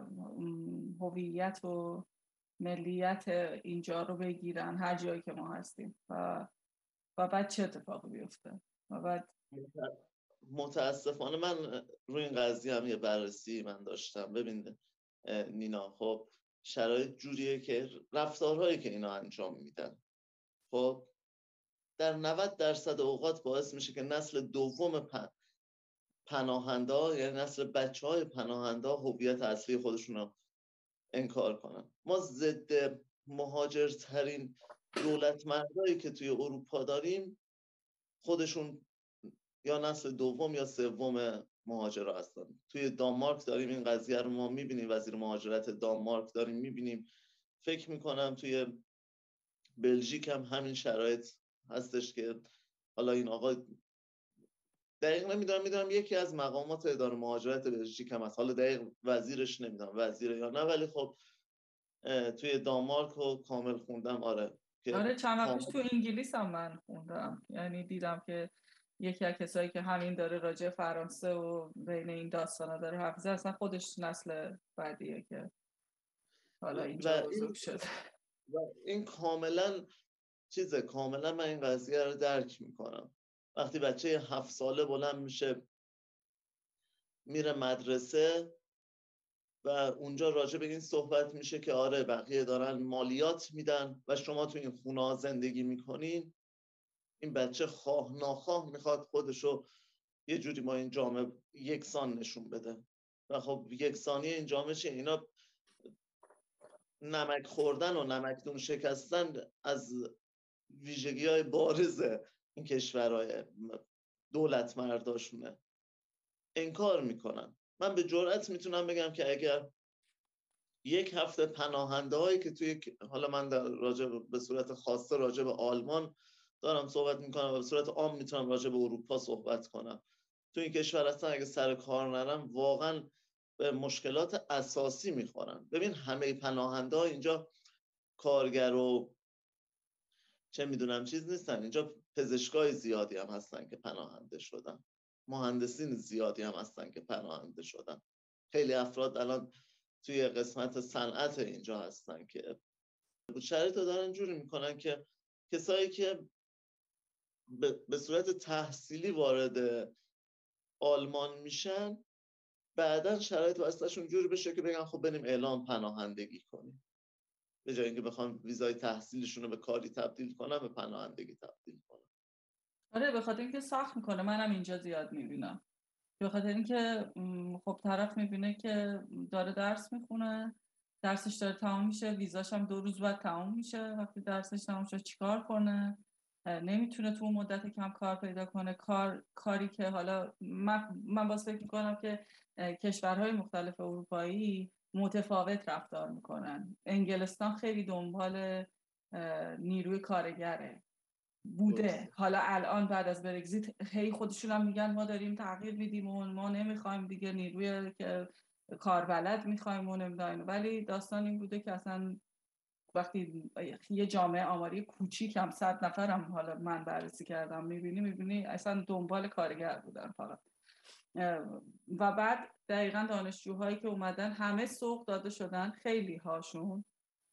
هویت و ملیت اینجا رو بگیرن هر جایی که ما هستیم و و بعد چه اتفاقی بیفته؟ و بعد متاسفانه من روی این قضیه هم یه بررسی من داشتم. ببین نینا، خب شرایط جوریه که رفتارهایی که اینا انجام میدن خب در نود درصد اوقات باعث میشه که نسل دوم پن... پناهنده ها، یعنی نسل بچه های پناهنده ها، هویت اصلی خودشون رو انکار کنن. ما ضد مهاجرترین دولت مردایی که توی اروپا داریم خودشون یا نسل دوم یا سوم مهاجرا هستن. توی دانمارک داریم این قضیه رو ما میبینیم، وزیر مهاجرت دانمارک داریم میبینیم. فکر میکنم توی بلژیک هم همین شرایط هستش که حالا این آقا دقیق نمیدونم، میدونم یکی از مقامات اداره مهاجرت بلژیک هم هست، حالا دقیق وزیرش نمیدونم وزیر یا نه، ولی خب توی دانمارک رو کامل خوندم. آره که آره، چند وقتش کامل... تو انگلیس هم من خوندم، یعنی دیدم که یکی از کسایی که همین داره راجع فرانسه و بین این داستانا داره حرف می‌زنه، اصلا خودش نسل بعدیه که حالا اینجا و بزرگ این شده. و این کاملا چیزه، کاملا من این قضیه رو درک میکنم. وقتی بچه هفت ساله بلند میشه میره مدرسه و اونجا راجع به این صحبت میشه که آره بقیه دارن مالیات میدن و شما تو این خونه ها زندگی میکنین، این بچه خواه ناخواه میخواد خودشو یه جوری ما این جامعه یکسان نشون بده. و خب یکسانی این جامعه چیه؟ اینا نمک خوردن و نمکدون شکستن از ویژگی های بارز این کشورهای دولت مرداشونه. انکار میکنن. من به جرئت میتونم بگم که اگر یک هفته پناهنده هایی که توی، حالا من در راجع به صورت خاصه راجع به آلمان دارم صحبت میکنم و به صورت عام میتونم راجع به اروپا صحبت کنم، توی این کشور هستن اگه سر کار نرن واقعا به مشکلات اساسی میخورن. ببین همه پناهنده ها اینجا کارگر و چه میدونم چیز نیستن، اینجا پزشکای زیادی هم هستن که پناهنده شدن، مهندسین زیادی هم هستن که پناهنده شدن. خیلی افراد الان توی قسمت صنعت اینجا هستن که شرایط رو دارن جوری میکنن که کسایی که به صورت تحصیلی وارد آلمان میشن بعدن شرایط واسهشون جوری بشه که بگن خب بریم اعلام پناهندگی کنیم. به جای اینکه بخوام ویزای تحصیلشون رو به کاری تبدیل کنم، به پناهندگی تبدیل کنم. آره، به خاطر اینکه سخت میکنه. منم اینجا زیاد میبینم، به خاطر اینکه خب طرف میبینه که داره درس میخونه، درسش داره تمام میشه، ویزاش هم دو روز بعد تمام میشه. وقتی درسش تمام شد چیکار کنه؟ نمیتونه تو اون مدت کم کار پیدا کنه. کار کاری که حالا من من باز فکر میکنم که کشورهای مختلف اروپایی متفاوت رفتار میکنن. انگلستان خیلی دنبال نیروی کارگره بوده، حالا الان بعد از برگزیت هی خودشون هم میگن ما داریم تغییر میدیم و ما نمیخوایم دیگه نیروی که کاربلد میخوایم و نمیدونیم. ولی داستان این بوده که اصلا وقتی یه جامعه آماری کوچیک هم صد نفر هم حالا من بررسی کردم میبینی میبینی اصلا دنبال کارگر بودن فقط. و بعد دقیقاً دانشجوهایی که اومدن همه سوق داده شدن، خیلی هاشون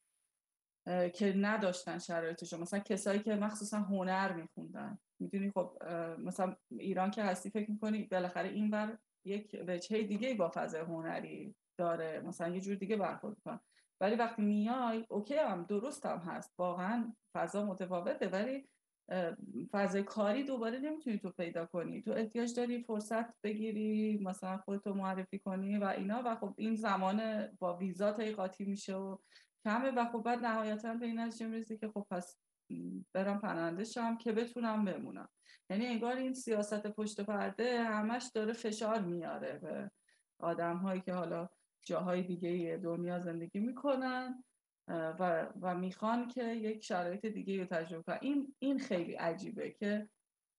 که نداشتن شرایطشو، مثلا کسایی که مخصوصا هنر میخوندن. میدونی خب مثلا ایران که هستی فکر میکنی بالاخره این بر یک وجهه دیگه با فضای هنری داره، مثلا یه جور دیگه برخورد کنن. ولی وقتی میای اوکی هم درست هم هست، واقعا فضا متفاوته، ولی فضای کاری دوباره نمیتونی تو پیدا کنی. تو احتیاج داری فرصت بگیری، مثلا خودتو معرفی کنی و اینا، و خب این زمان با ویزا تا قاطی میشه و کمه. و خب بعد نهایتاً به این نتیجه میرسی که خب پس برم پناهنده شم که بتونم بمونم. یعنی انگار این سیاست پشت پرده همش داره فشار میاره به آدم هایی که حالا جاهای دیگه دنیا زندگی میکنن و و میخوان که یک شرایط دیگه رو تجربه کنن. این این خیلی عجیبه که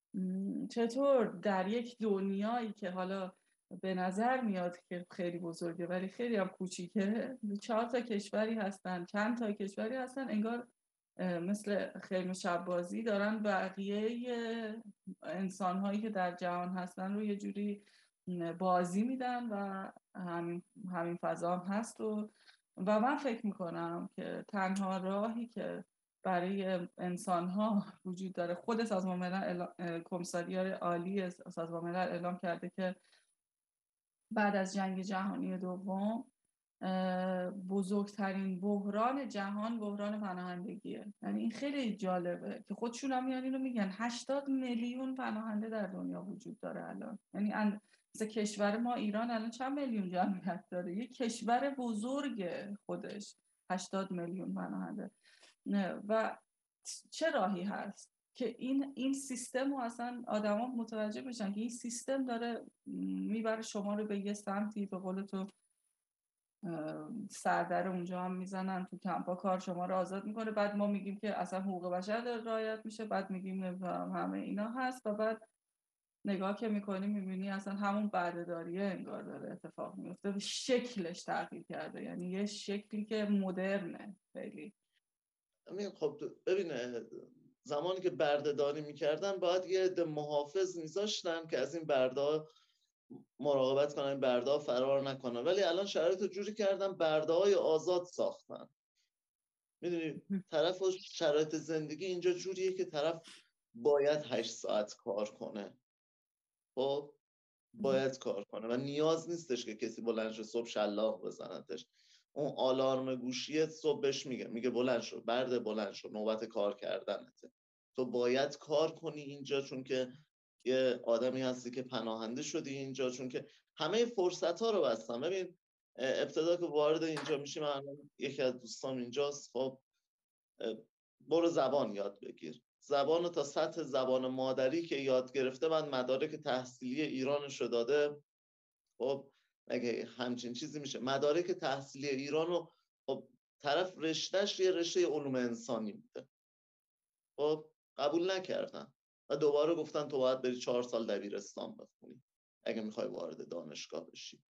چطور در یک دنیایی که حالا به نظر میاد که خیلی بزرگه ولی خیلی هم کوچیکه، چهار تا کشوری هستن، چند تا کشوری هستن، انگار مثل خیلی شب بازی دارن بقیه انسان‌هایی که در جهان هستن رو یه جوری بازی میدن و همین همین فضا هم هست. و و من فکر میکنم که تنها راهی که برای انسان‌ها وجود داره، خود سازمان ملل کمیساریات عالی سازمان ملل اعلام کرده که بعد از جنگ جهانی دوم بزرگترین بحران جهان بحران پناهندگیه. یعنی این خیلی جالبه که خودشون هم یعنی اینو میگن هشتاد میلیون پناهنده در دنیا وجود داره الان. یعنی مثلا کشور ما ایران الان چند میلیون جمعیت داره، یک کشور بزرگه خودش، هشتاد میلیون پناهنده. و چه راهی هست که این این سیستم رو اصلا آدما متوجه بشن که این سیستم داره میبره شما رو به یه سمتی، به قول تو سردر اونجا هم میزنن تو کمپا، کار شما رو آزاد میکنه، بعد ما میگیم که اصلا حقوق بشر داره رعایت میشه، بعد میگیم نمیدونم همه اینا هست، و بعد نگاه که میکنی میبینی اصلا همون بردهداریه انگار داره اتفاق میفته و شکلش تغییر کرده. یعنی یه شکلی که مدرنه خیلی. خب ببینه زمانی که بردهداری میکردن باید یه عده محافظ میذاشتن که از این برده مراقبت کنن، این برده فرار نکنن، ولی الان شرایط جوری کردن برده های آزاد ساختن. میدونی طرف شرایط زندگی اینجا جوریه که طرف باید هشت ساعت کار کنه، خب باید کار کنه و نیاز نیستش که کسی بلند شه صبح شلاق بزنتش. اون آلارم گوشیت صبحش میگه میگه بلند شو، برده بلند شو، نوبت کار کردنته. تو باید کار کنی اینجا، چون که یه آدمی هستی که پناهنده شدی اینجا، چون که همه فرصت ها رو بستم. ببین ابتدا که وارد اینجا میشی، من یکی از دوستان اینجاست، خب برو زبان یاد بگیر. زبان تا سطح زبان مادری که یاد گرفته، من مدارک تحصیلی ایرانشو داده، خب اگه همچین چیزی میشه مدارک تحصیلی ایرانو، خب طرف رشتهش یه رشته علوم انسانی بوده، خب قبول نکردن و دوباره گفتن تو باید بری چهار سال دبیرستان بخونی اگه میخوای وارد دانشگاه بشی.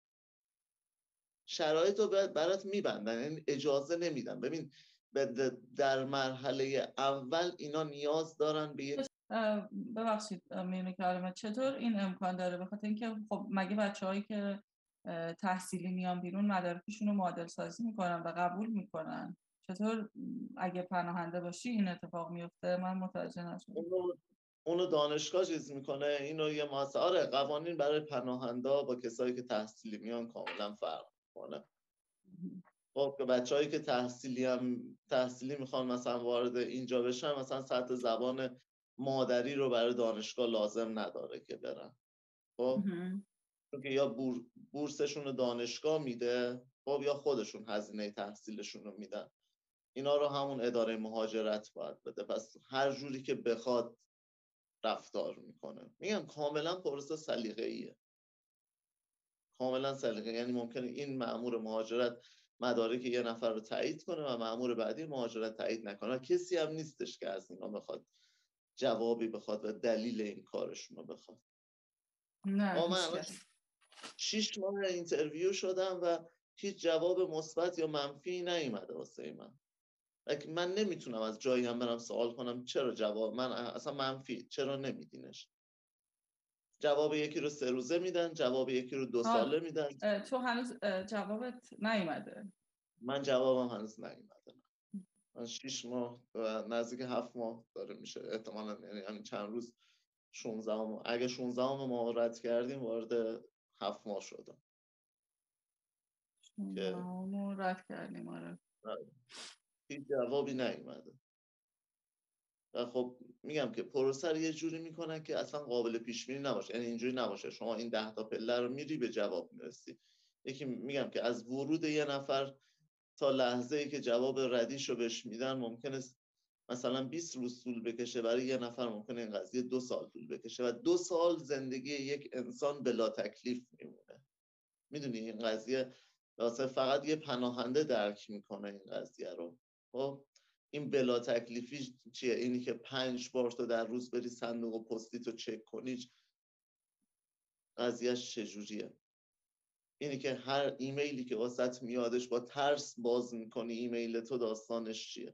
شرایط رو برات میبندن، یعنی اجازه نمیدن. ببین در مرحله اول اینا نیاز دارن به یک ببخشید میونه کلمه، چطور این امکان داره؟ بخاطر اینکه خب مگه بچه‌هایی که تحصیلی میان بیرون مدارکشون رو معادل سازی میکنن و قبول میکنن، چطور اگه پناهنده باشی این اتفاق میفته؟ من متوجه نشدم. اونو, اونو دانشگاه چیز میکنه، اینو یه مؤسسه. آره قوانین برای پناهنده با کسایی که تحصیلی میان کاملا فرق میکنه. خب که بچه‌هایی که تحصیلی هم تحصیلی میخوان مثلا وارد اینجا بشن، مثلا سطح زبان مادری رو برای دانشگاه لازم نداره که برن. خب چون که یا بور، بورسشون رو دانشگاه میده، خب یا خودشون هزینه تحصیلشون رو میدن. اینا رو همون اداره مهاجرت باید بده. پس هر جوری که بخواد رفتار میکنه. میگم کاملا پروسه سلیقه‌ایه، کاملا سلیقه. یعنی ممکنه این مأمور مهاجرت مدارک یه نفر رو تایید کنه و مأمور بعدی مهاجرت تایید نکنه. کسی هم نیستش که از اینا بخواد جوابی بخواد و دلیل این کارشون رو بخواد. نه من شیش ماه اینترویو شدم و هیچ جواب مثبت یا منفی نیومده واسه من. من نمیتونم از جایی هم برم سوال کنم چرا جواب من اصلا منفی، چرا نمیدینش؟ جواب یکی رو سه روزه میدن، جواب یکی رو دو ساله میدن. تو هنوز جوابت نیومده؟ من جوابم هنوز نیومده. من شیش ماه و نزدیک هفت ماه داره میشه احتمالاً، یعنی همین چند روز شانزده، اگه شانزده ما رد کردیم وارد هفت ماه شدم که ما رد کردیم. آره هیچ جوابی نیومده. و خب میگم که پروسه رو یه جوری میکنن که اصلا قابل پیش بینی نباشه. یعنی اینجوری نباشه شما این ده تا پله رو میری به جواب میرسی. یکی میگم که از ورود یه نفر تا لحظه ای که جواب ردیشو بهش میدن ممکنه مثلا بیست روز طول بکشه، برای یه نفر ممکنه این قضیه دو سال طول بکشه و دو سال زندگی یک انسان بلا تکلیف میمونه. میدونی این قضیه واسه فقط یه پناهنده درک میکنه این قضیه رو. خب این بلا تکلیفی چیه؟ اینی که پنج بار تو در روز بری صندوق پستی تو چک کنی، قضیهش چجوریه؟ اینی که هر ایمیلی که واسط میادش با ترس باز میکنی ایمیل تو، داستانش چیه؟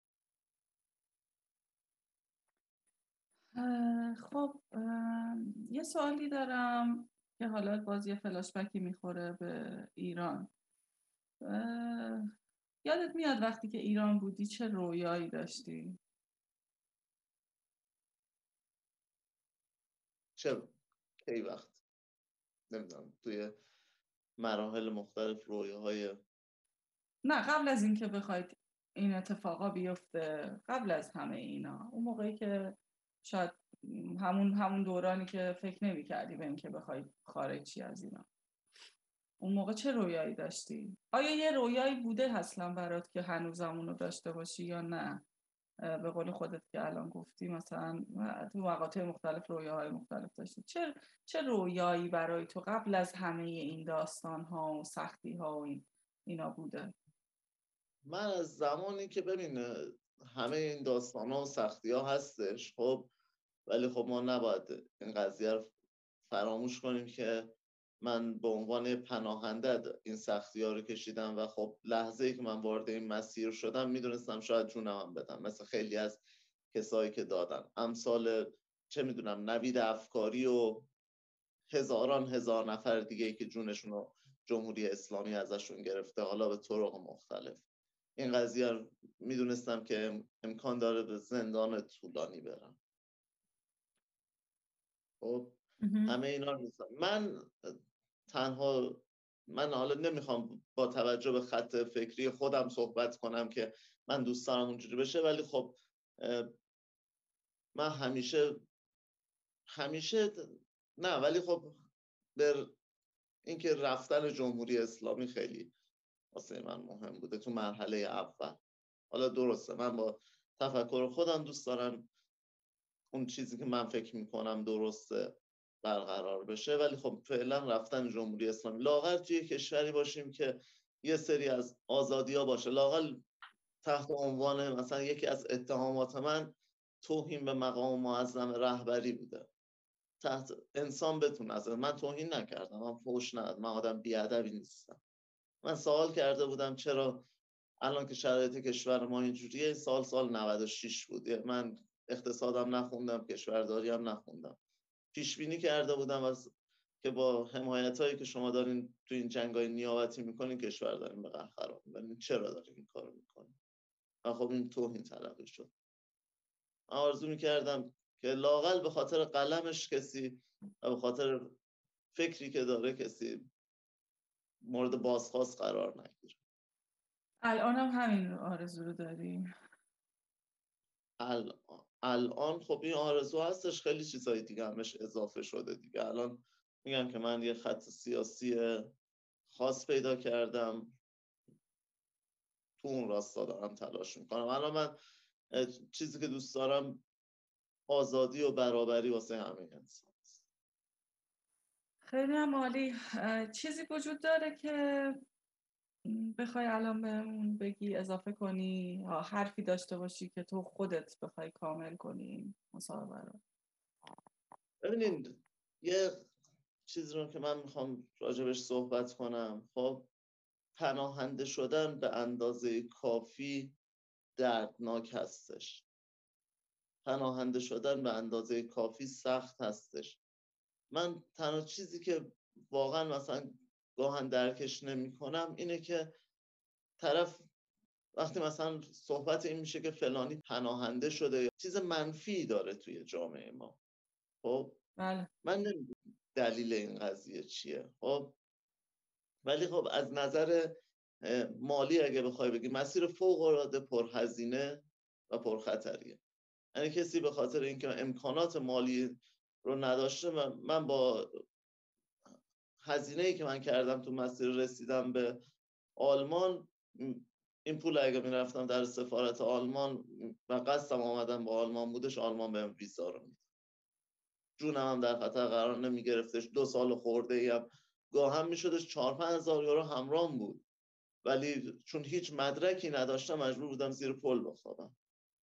خب یه سوالی دارم که حالا باز یه فلاش بکی میخوره به ایران. یادت میاد وقتی که ایران بودی چه رویایی داشتی؟ چه کی وقت؟ نمیدونم، توی مراحل مختلف رویاهای. نه قبل از اینکه بخواید این اتفاقا بیفته، قبل از همه اینا، اون موقعی که شاید همون همون دورانی که فکر نمی کردی به اینکه بخوای خارج چی از اینا، اون موقع چه رویایی داشتی؟ آیا یه رویایی بوده اصلا برات که هنوزم رو داشته باشی یا نه؟ به قول خودت که الان گفتی مثلا تو مقاطع مختلف رویاهای مختلف داشتی. چه چه رویایی برای تو قبل از همه این داستان ها و سختی ها و این اینا بوده؟ من از زمانی که ببین همه این داستان ها و سختی ها هستش، خب ولی خب ما نباید این قضیه رو فراموش کنیم که من به عنوان پناهنده این سختی ها رو کشیدم و خب لحظه ای که من وارد این مسیر شدم میدونستم شاید جونم هم بدم، مثل خیلی از کسایی که دادن، امثال چه میدونم نوید افکاری و هزاران هزار نفر دیگه ای که جونشون رو جمهوری اسلامی ازشون گرفته، حالا به طرق مختلف. این قضیه رو میدونستم که امکان داره به زندان طولانی برم. خب همه اینا رو میدونستم. من تنها من حالا نمیخوام با توجه به خط فکری خودم صحبت کنم که من دوست دارم اونجوری بشه، ولی خب من همیشه همیشه نه ولی خب به اینکه رفتن جمهوری اسلامی خیلی واسه من مهم بوده تو مرحله اول. حالا درسته من با تفکر خودم دوست دارم اون چیزی که من فکر میکنم درسته برقرار بشه، ولی خب فعلا رفتن جمهوری اسلامی، لااقل توی کشوری باشیم که یه سری از آزادی ها باشه. لااقل تحت عنوان مثلا یکی از اتهامات من توهین به مقام معظم رهبری بوده. تحت انسان بتونه از من توهین نکردم، من فحش ندادم، من آدم بیادبی نیستم. من سوال کرده بودم چرا الان که شرایط کشور ما اینجوریه، سال سال نود و شش بود، من اقتصادم نخوندم، کشورداری هم نخوندم، پیش بینی کرده بودم از که با حمایت هایی که شما دارین تو این جنگای نیابتی میکنین کشور دارین به قهر خراب میکنین، چرا دارین این کارو میکنین؟ و خب این توهین تلقی شد. من آرزو میکردم که لااقل به خاطر قلمش کسی و به خاطر فکری که داره کسی مورد بازخواست قرار نگیره. الان هم همین آرزو رو داری؟ الان الان خب این آرزو هستش، خیلی چیزهای دیگه همش اضافه شده دیگه. الان میگم که من یه خط سیاسی خاص پیدا کردم، تو اون راستا دارم تلاش میکنم. الان من چیزی که دوست دارم آزادی و برابری واسه همه انسان است. خیلی هم عالی. چیزی وجود داره که بخوای الان بهمون بگی، اضافه کنی، حرفی داشته باشی که تو خودت بخوای کامل کنی مصاحبه رو؟ ببینید یه چیزی رو که من میخوام راجبش صحبت کنم، خب پناهنده شدن به اندازه کافی دردناک هستش، پناهنده شدن به اندازه کافی سخت هستش. من تنها چیزی که واقعا مثلا گاهن درکش نمی کنم اینه که طرف وقتی مثلا صحبت این میشه که فلانی پناهنده شده، چیز منفی داره توی جامعه ما. خب بله. من نمیدونم دلیل این قضیه چیه، خب ولی خب از نظر مالی اگه بخوای بگی مسیر فوق العاده پرهزینه و پرخطریه. یعنی کسی به خاطر اینکه امکانات مالی رو نداشته، من با هزینه‌ای که من کردم تو مسیر رسیدم به آلمان، این پول اگه میرفتم در سفارت آلمان و قصدم آمدن با آلمان بودش، آلمان بهم ویزا رو میداد، جونم هم در خطر قرار نمی گرفتش. دو سال خورده ای هم گاه هم میشدش چهار پنج هزار یورو همرام بود، ولی چون هیچ مدرکی نداشتم مجبور بودم زیر پل بخوابم.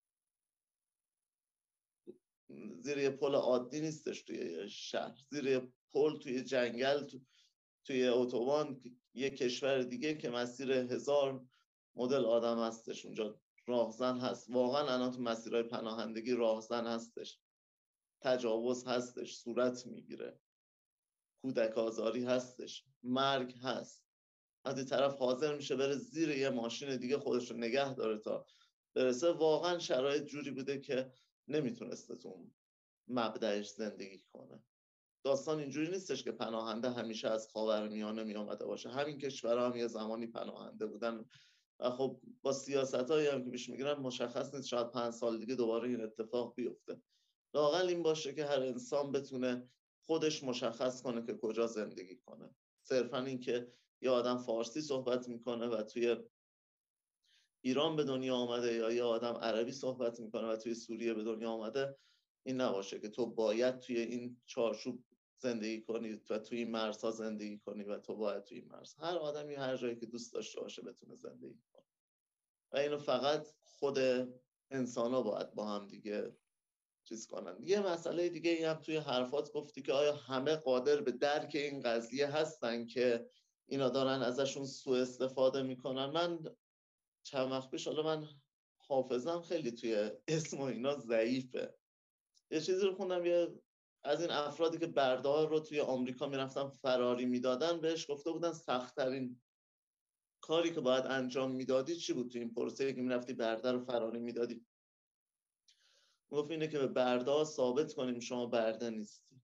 زیر یه پل عادی نیستش توی شهر، زیر یه پل توی جنگل، تو توی اتوبان یه کشور دیگه که مسیر هزار مدل آدم هستش، اونجا راهزن هست. واقعا الان تو مسیرهای پناهندگی راهزن هستش، تجاوز هستش، صورت میگیره، کودک آزاری هستش، مرگ هست. وقتی طرف حاضر میشه بره زیر یه ماشین دیگه خودش رو نگه داره تا برسه، واقعا شرایط جوری بوده که نمیتونسته تو مبدأش زندگی کنه. داستان اینجوری نیستش که پناهنده همیشه از خاورمیانه می آمده باشه. همین کشورها هم یه زمانی پناهنده بودن و خب با سیاستایی هم که پیش میگیرن مشخص نیست، شاید پنج سال دیگه دوباره این اتفاق بیفته. لااقل این باشه که هر انسان بتونه خودش مشخص کنه که کجا زندگی کنه. صرفا این که یه آدم فارسی صحبت میکنه و توی ایران به دنیا آمده یا یه آدم عربی صحبت میکنه و توی سوریه به دنیا آمده، این نباشه که تو باید توی این چارچوب زندگی کنی و توی این مرزها زندگی کنی و تو باید توی این مرز. هر آدمی هر جایی که دوست داشته باشه بتونه زندگی کنه و اینو فقط خود انسان ها باید با هم دیگه چیز کنن. یه مسئله دیگه ای هم توی حرفات گفتی که آیا همه قادر به درک این قضیه هستن که اینا دارن ازشون سوء استفاده میکنن. من چند وقت پیش، حالا من حافظم خیلی توی اسم و اینا ضعیفه، یه چیزی رو خوندم، یه از این افرادی که برده رو توی آمریکا میرفتن فراری میدادن، بهش گفته بودن سخت‌ترین کاری که باید انجام میدادی چی بود توی این پروسه که میرفتی برده رو فراری میدادی؟ گفت اینه که به برده ثابت کنیم شما برده نیستی.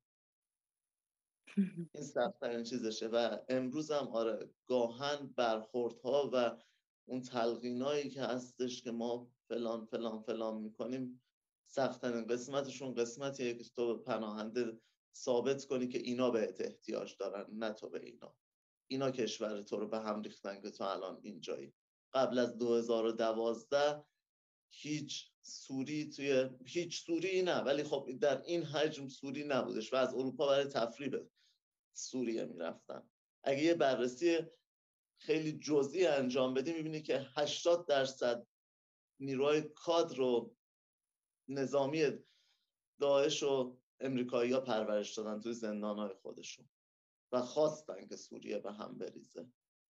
این سخت‌ترین چیزشه و امروز هم آره گاهن برخوردها و اون تلقینایی که هستش که ما فلان فلان فلان میکنیم، سخت‌ترین قسمتشون قسمتیه که تو به پناهنده ثابت کنی که اینا بهت احتیاج دارن، نه تو به اینا. اینا کشور تو رو به هم ریختن که تو الان اینجایی. قبل از دو هزار و دوازده هیچ سوری توی هیچ سوری نه، ولی خب در این حجم سوری نبودش و از اروپا برای تفریح به سوریه میرفتن. اگه یه بررسی خیلی جزئی انجام بدی میبینی که هشتاد درصد نیروهای کادر و نظامی داعش و امریکایی ها پرورش دادن توی زندانهای خودشون و خواستن که سوریه به هم بریزه.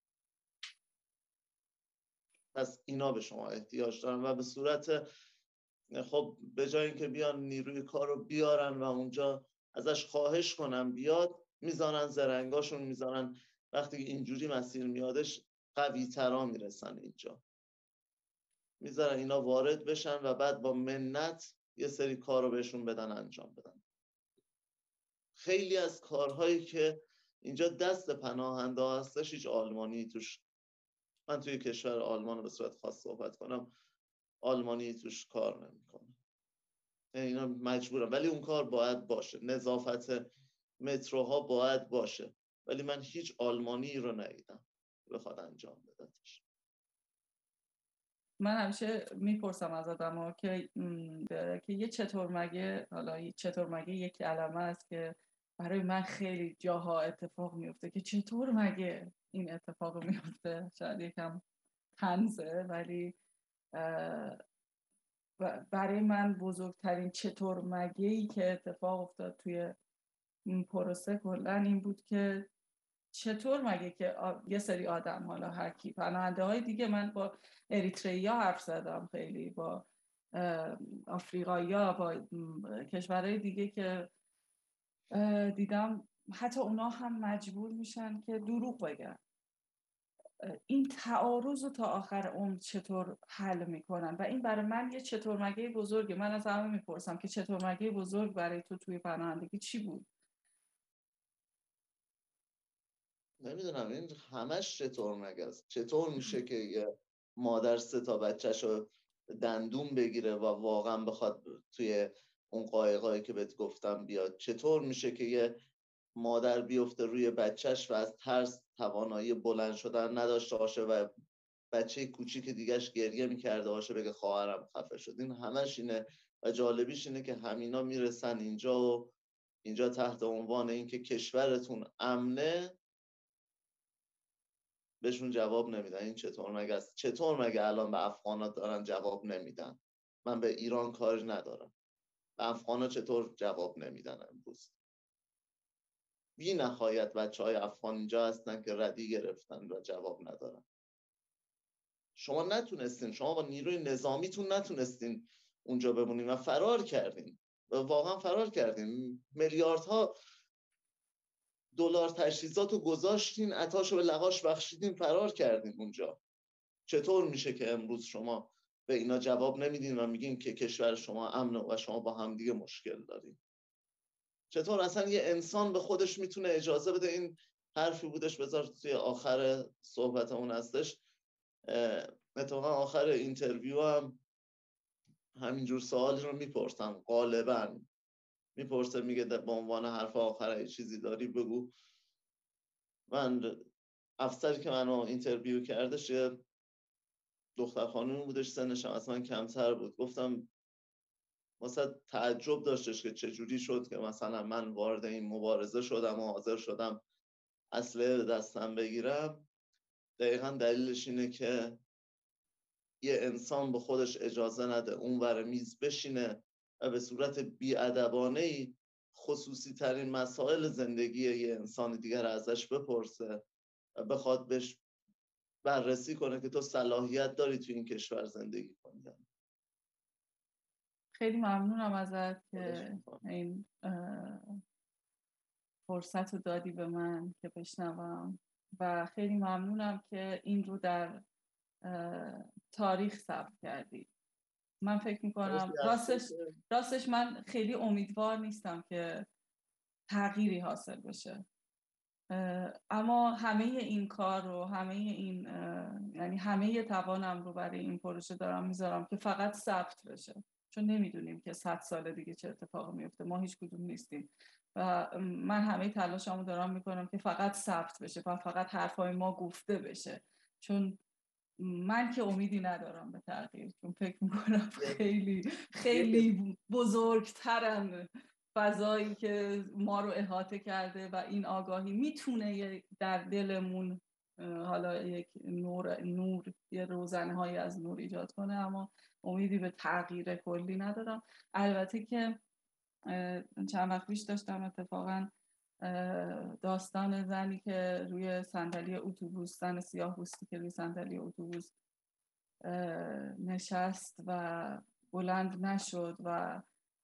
پس اینا به شما احتیاج دارن و به صورت خب به جای اینکه بیان نیروی کار رو بیارن و اونجا ازش خواهش کنن بیاد، میزانن زرنگاشون، میزانن وقتی اینجوری مسیر میادش قوی ترا میرسن اینجا، میذارن اینا وارد بشن و بعد با منت یه سری کار رو بهشون بدن انجام بدن. خیلی از کارهایی که اینجا دست پناهنده هستش هیچ آلمانی توش من توی کشور آلمان به صورت خاص صحبت کنم، آلمانی توش کار نمیکنه، اینا مجبورم، ولی اون کار باید باشه، نظافت متروها باید باشه، ولی من هیچ آلمانی رو ندیدم بخواد انجام بدهش. من همیشه میپرسم از آدم‌ها که که یه چطور مگه، حالا چطور مگه یک کلمه است که برای من خیلی جاها اتفاق میفته که چطور مگه این اتفاق میفته، شاید یکم طنزه، ولی برای من بزرگترین چطور مگه‌ای که اتفاق افتاد توی این پروسه کلا این بود که چطور مگه که یه سری آدم، حالا هر کی، پناهنده های دیگه، من با اریتریا حرف زدم، خیلی با آفریقایی‌ها، با کشورهای دیگه که دیدم حتی اونا هم مجبور میشن که دروغ بگن. این تعارض رو تا آخر عمر چطور حل میکنن؟ و این برای من یه چطور مگه بزرگه. من از همه میپرسم که چطور مگه بزرگ برای تو توی پناهندگی چی بود؟ نمیدونم، این همش چطور مگه است. چطور میشه که یه مادر سه تا بچه‌شو دندون بگیره و واقعا بخواد توی اون قایقایی که بهت گفتم بیاد؟ چطور میشه که یه مادر بیفته روی بچهش و از ترس توانایی بلند شدن نداشته باشه و بچه کوچیک دیگهش گریه میکرده باشه بگه خواهرم خفه شد؟ این همش اینه و جالبیش اینه که همینا میرسن اینجا و اینجا تحت عنوان اینکه کشورتون امنه بهشون جواب نمیدن. این چطور مگه است؟ چطور مگه الان به افغانا دارن جواب نمیدن؟ من به ایران کاری ندارم، به افغانا چطور جواب نمیدن امروز؟ بی نهایت بچه های افغان اینجا هستن که ردی گرفتن و جواب ندارن. شما نتونستین، شما با نیروی نظامیتون نتونستین اونجا بمونین و فرار کردین و واقعا فرار کردین. میلیاردها دلار تجهیزات رو گذاشتین، عطاشو به لغاش بخشیدین، فرار کردین اونجا. چطور میشه که امروز شما به اینا جواب نمیدین و میگین که کشور شما امنه و شما با همدیگه مشکل دارین؟ چطور اصلا یه انسان به خودش میتونه اجازه بده؟ این حرفی بودش، بذار توی آخر صحبتمون هستش، اتفاقا آخر اینترویو هم همینجور سوالی رو میپرسن، غالبا میپرسه، میگه به عنوان حرف آخر چیزی داری بگو. من افسری که منو اینترویو کردش یه دختر خانومی بودش، سنش هم از من کمتر بود. گفتم واسه تعجب داشتش که چجوری شد که مثلا من وارد این مبارزه شدم و حاضر شدم اسلحه دستم بگیرم. دقیقا دلیلش اینه که یه انسان به خودش اجازه نده اون ور میز بشینه و به صورت بی‌ادبانه‌ای خصوصی ترین مسائل زندگی یه انسان دیگر ازش بپرسه و بخواد بهش بررسی کنه که تو صلاحیت داری تو این کشور زندگی کنی. خیلی ممنونم ازت که این فرصت رو دادی به من که بشنوم و خیلی ممنونم که این رو در تاریخ ثبت کردی. من فکر میکنم راستش راستش من خیلی امیدوار نیستم که تغییری حاصل بشه، اما همه این کار رو، همه این یعنی همه توانم رو برای این پروژه دارم میذارم که فقط ثبت بشه، چون نمیدونیم که صد سال دیگه چه اتفاقی میفته، ما هیچ کدوم نیستیم و من همه تلاشمو دارم میکنم که فقط ثبت بشه و فقط حرفای ما گفته بشه، چون من که امیدی ندارم به تغییر، چون فکر میکنم خیلی خیلی بزرگترن فضایی که ما رو احاطه کرده و این آگاهی میتونه در دلمون حالا یک نور نور یه روزنه‌هایی از نور ایجاد کنه، اما امیدی به تغییر کلی ندارم. البته که چند وقت پیش داشتم اتفاقا داستان زنی که روی صندلی اتوبوس، زن سیاه‌پوستی که روی صندلی اتوبوس نشست و بلند نشد و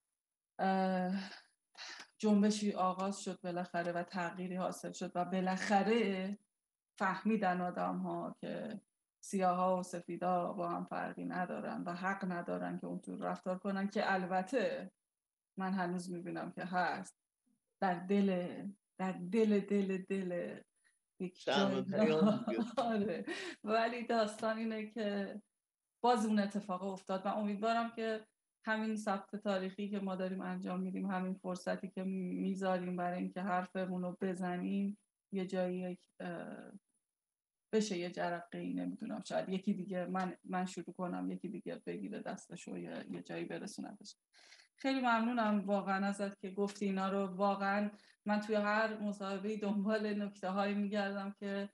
جنبشی آغاز شد بالاخره و تغییری حاصل شد و بالاخره فهمیدن آدم ها که سیاها و سفیدا با هم فرقی ندارن و حق ندارن که اونطور رفتار کنن، که البته من هنوز میبینم که هست در دل در دل دل دل یک شرم جای پیام دیگه. آره، ولی داستان اینه که باز اون اتفاق افتاد و امیدوارم که همین ثبت تاریخی که ما داریم انجام میدیم، همین فرصتی که میذاریم برای اینکه حرفمون رو بزنیم، یه جایی بشه یه جرقه‌ای، نمیدونم، شاید یکی دیگه من من شروع کنم، یکی دیگه بگیره دستش و یه, یه جایی برسوندش. خیلی ممنونم واقعا ازت که گفتی اینا رو. واقعا من توی هر مصاحبه‌ای دنبال نکته‌هایی میگردم که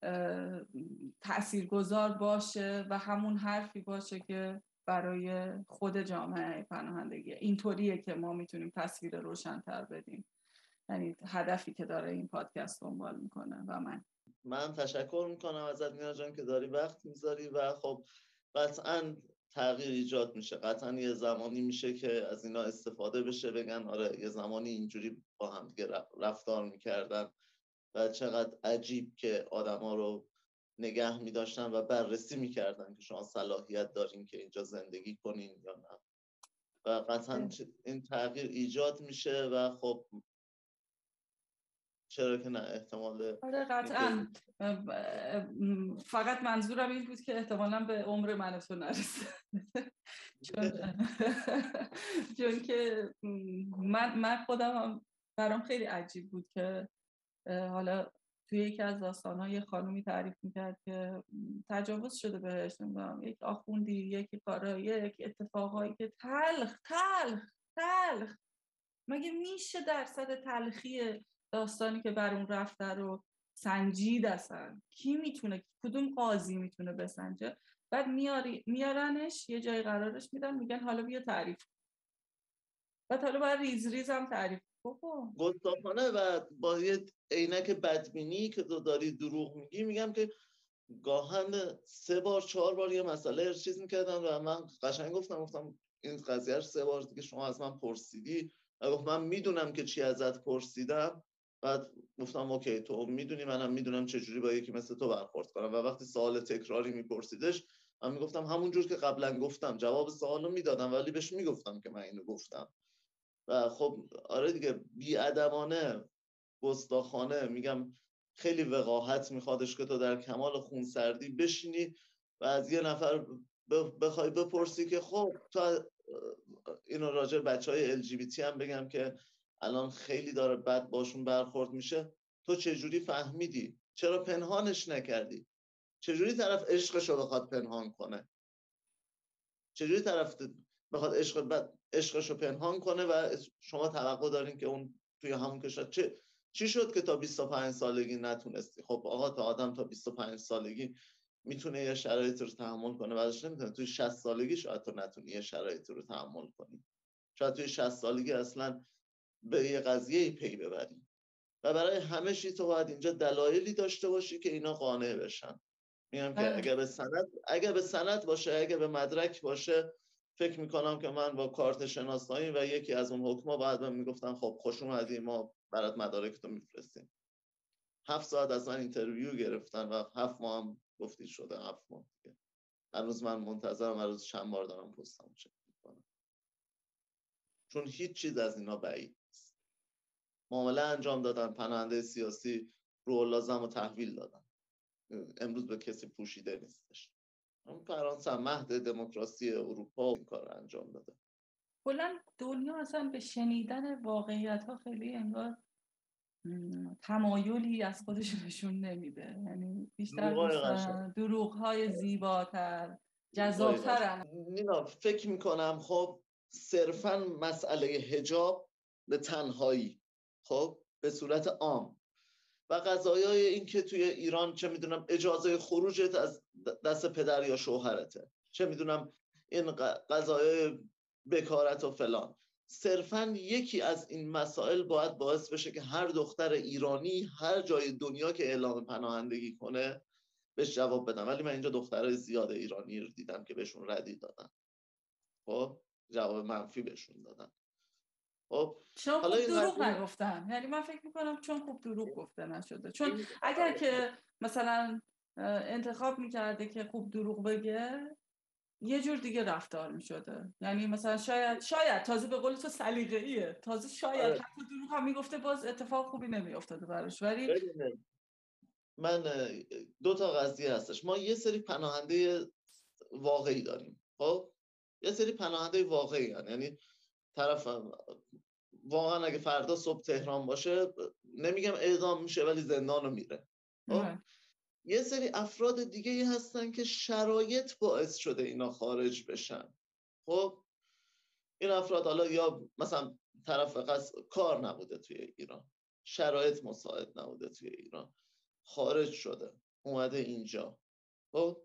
تاثیرگذار باشه و همون حرفی باشه که برای خود جامعه پناهندگی اینطوریه که ما میتونیم تصویر روشن‌تر بدیم. یعنی هدفی که داره این پادکست دنبال میکنه. و من من تشکر میکنم ازت مینا جان که داری وقت میذاری و خب قطعاً تغییر ایجاد میشه، قطعاً یه زمانی میشه که از اینا استفاده بشه، بگن آره یه زمانی اینجوری با هم دیگه رفتار میکردن و چقدر عجیب که آدما رو نگه میداشتن و بررسی میکردن که شما صلاحیت دارین که اینجا زندگی کنین یا نه. و قطعاً این تغییر ایجاد میشه و خب چرا که نه، احتمال. آره قطعاً. فقط منظورم این بود که احتمالاً به عمر من تو نرسه. چون چون که من من خودم برام خیلی عجیب بود که حالا توی یکی از داستان‌ها یه خانومی تعریف می‌کرد که تجاوز شده بهش، نمیدونم یک آخوندی، یکی کارایی، یک اتفاقایی که تلخ تلخ تلخ مگه میشه درصد تلخی داستانی که بر اون رفته رو سنجید؟ اصلا کی میتونه، کدوم قاضی میتونه بسنجه؟ بعد میاری میارنش یه جای قرارش میدن، میگن حالا بیا تعریف، بعد حالا باید ریز ریز هم تعریف بکن. گستاخانه و با یه عینک بدبینی که تو داری دروغ میگی. میگم که گاهن سه بار چهار بار یه مسئله چیز میکردن و من قشنگ گفتم گفتم این قضیه سه بار دیگه شما از من پرسیدی و گفت من میدونم که چی ازت پرسیدم. بعد گفتم اوکی تو میدونی منم میدونم چجوری با یکی مثل تو برخورد کنم. و وقتی سوال تکراری میپرسیدش من میگفتم همونجور که قبلا گفتم، جواب سوالو میدادم ولی بهش میگفتم که من اینو گفتم. و خب آره دیگه، بی‌ادبانه، گستاخانه. میگم خیلی وقاحت میخوادش که تو در کمال خونسردی بشینی و از یه نفر بخوای بپرسی که خب تو اینو راجع بچهای ال جی بی تی هم بگم که الان خیلی داره بد باشون برخورد میشه، تو چجوری فهمیدی؟ چرا پنهانش نکردی؟ چجوری طرف عشقشو بخواد پنهان کنه؟ چجوری طرف بخواد عشق بد عشقشو پنهان کنه و شما توقع دارین که اون توی همون کشور چه چی شد که تا بیست و پنج سالگی نتونستی؟ خب آقا تا آدم تا بیست و پنج سالگی میتونه یه شرایط رو تحمل کنه، بعدش نمیتونه. توی شصت سالگی شاید تو نتونی یه شرایط رو تحمل کنی، شاید توی شصت سالگی اصلا به یه قضیه پی ببری. و برای همه چی تو باید اینجا دلایلی داشته باشی که اینا قانع بشن. میگم که اگه به سند اگه به سند باشه، اگه به مدرک باشه، فکر میکنم که من با کارت شناسایی و یکی از اون حکما بعد من میگفتم خب خوش اومدی، ما برات مدارکتو میفرستیم. هفت ساعت از من اینترویو گرفتن و هفت ماه هم گفتی شده. هفت ماه دیگه هنوز من منتظرم، هر روز چند بار دارم پستمو چک میکنم، چون هیچ چیز از اینا بعید نیست. معامله انجام دادن، پناهنده سیاسی رو لازم و تحویل دادن، امروز به کسی پوشیده نیستش. فرانسه هم مهد دموکراسی اروپا این کار انجام داده. کلا دنیا اصلا به شنیدن واقعیت ها خیلی انگار تمایلی از خودش نشون نمیده، یعنی بیشتر دوست دروغ های زیباتر، جذابترن. نینا فکر میکنم خب صرفا مسئله حجاب به تنهایی، خب به صورت عام، و قضایای این که توی ایران چه میدونم اجازه خروجت از دست پدر یا شوهرته، چه میدونم این قضایای بکارت و فلان، صرفا یکی از این مسائل باید باعث بشه که هر دختر ایرانی هر جای دنیا که اعلام پناهندگی کنه بهش جواب بدم. ولی من اینجا دخترای زیاد ایرانی رو دیدم که بهشون ردی دادن، خب جواب منفی بهشون دادن. خب چون خوب دروغ نگفتن، یعنی من فکر میکنم چون خوب دروغ گفته نشده. چون اگر که مثلا انتخاب میکرده که خوب دروغ بگه یه جور دیگه رفتار میشده، یعنی مثلا شاید شاید تازه به قول تو سلیقه‌ایه، تازه شاید حتی دروغ هم میگفته باز اتفاق خوبی نمیافتاده براش. ولی من دو تا قضیه هستش. ما یه سری پناهنده واقعی داریم، خب یه سری پناهنده واقعی هن. یعنی طرف واقعا اگه فردا صبح تهران باشه، نمیگم اعدام میشه ولی زندان رو میره. خب یه سری افراد دیگه ای هستن که شرایط باعث شده اینا خارج بشن. خب این افراد حالا یا مثلا طرف قصد کار نبوده توی ایران، شرایط مساعد نبوده توی ایران، خارج شده اومده اینجا، خب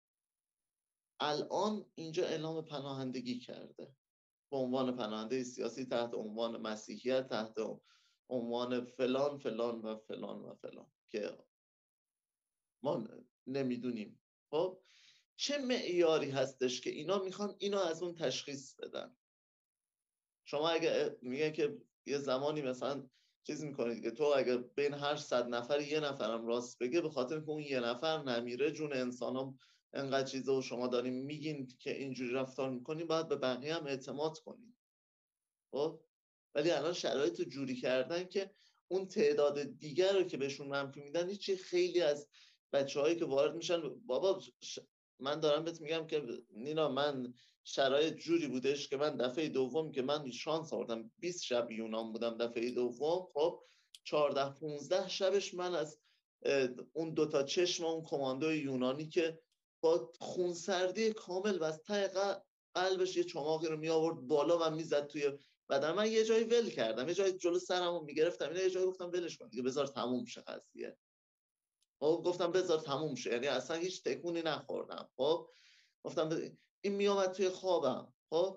الان اینجا اعلام پناهندگی کرده به عنوان پناهنده سیاسی تحت عنوان مسیحیت، تحت عنوان فلان فلان و فلان و فلان که ما نمیدونیم. خب چه معیاری هستش که اینا میخوان اینا از اون تشخیص بدن؟ شما اگه میگه که یه زمانی مثلا چیز میکنید که تو اگه بین هر صد نفر یه نفرم راست بگه، به خاطر که اون یه نفر نمیره، جون انسان ها انقدر چیزه و شما داریم میگین که اینجوری رفتار میکنیم، باید به بقیه هم اعتماد کنیم. خب ولی الان شرایط رو جوری کردن که اون تعداد دیگر رو که بهشون منفی میدن، هیچی خیلی از بچه‌هایی که وارد میشن، بابا ش... من دارم بهت میگم که نینا، من شرایط جوری بودش که من دفعه دوم که من شانس آوردم بیست شب یونان بودم، دفعه دوم خب چهارده پانزده شبش من از اون دوتا چشم اون کماندو یونانی که با خونسردی کامل و از ته قلبش یه چماقی رو می آورد بالا و میزد توی بدن من، یه جایی ول کردم، یه جایی جلو سرمو میگرفتم، اینا یه جایی گفتم ولش کن دیگه، بذار تموم شه قضیه. خب گفتم بذار تموم شه، یعنی اصلا هیچ تکونی نخوردم. خب گفتم بذار. این میامد توی خوابم، خب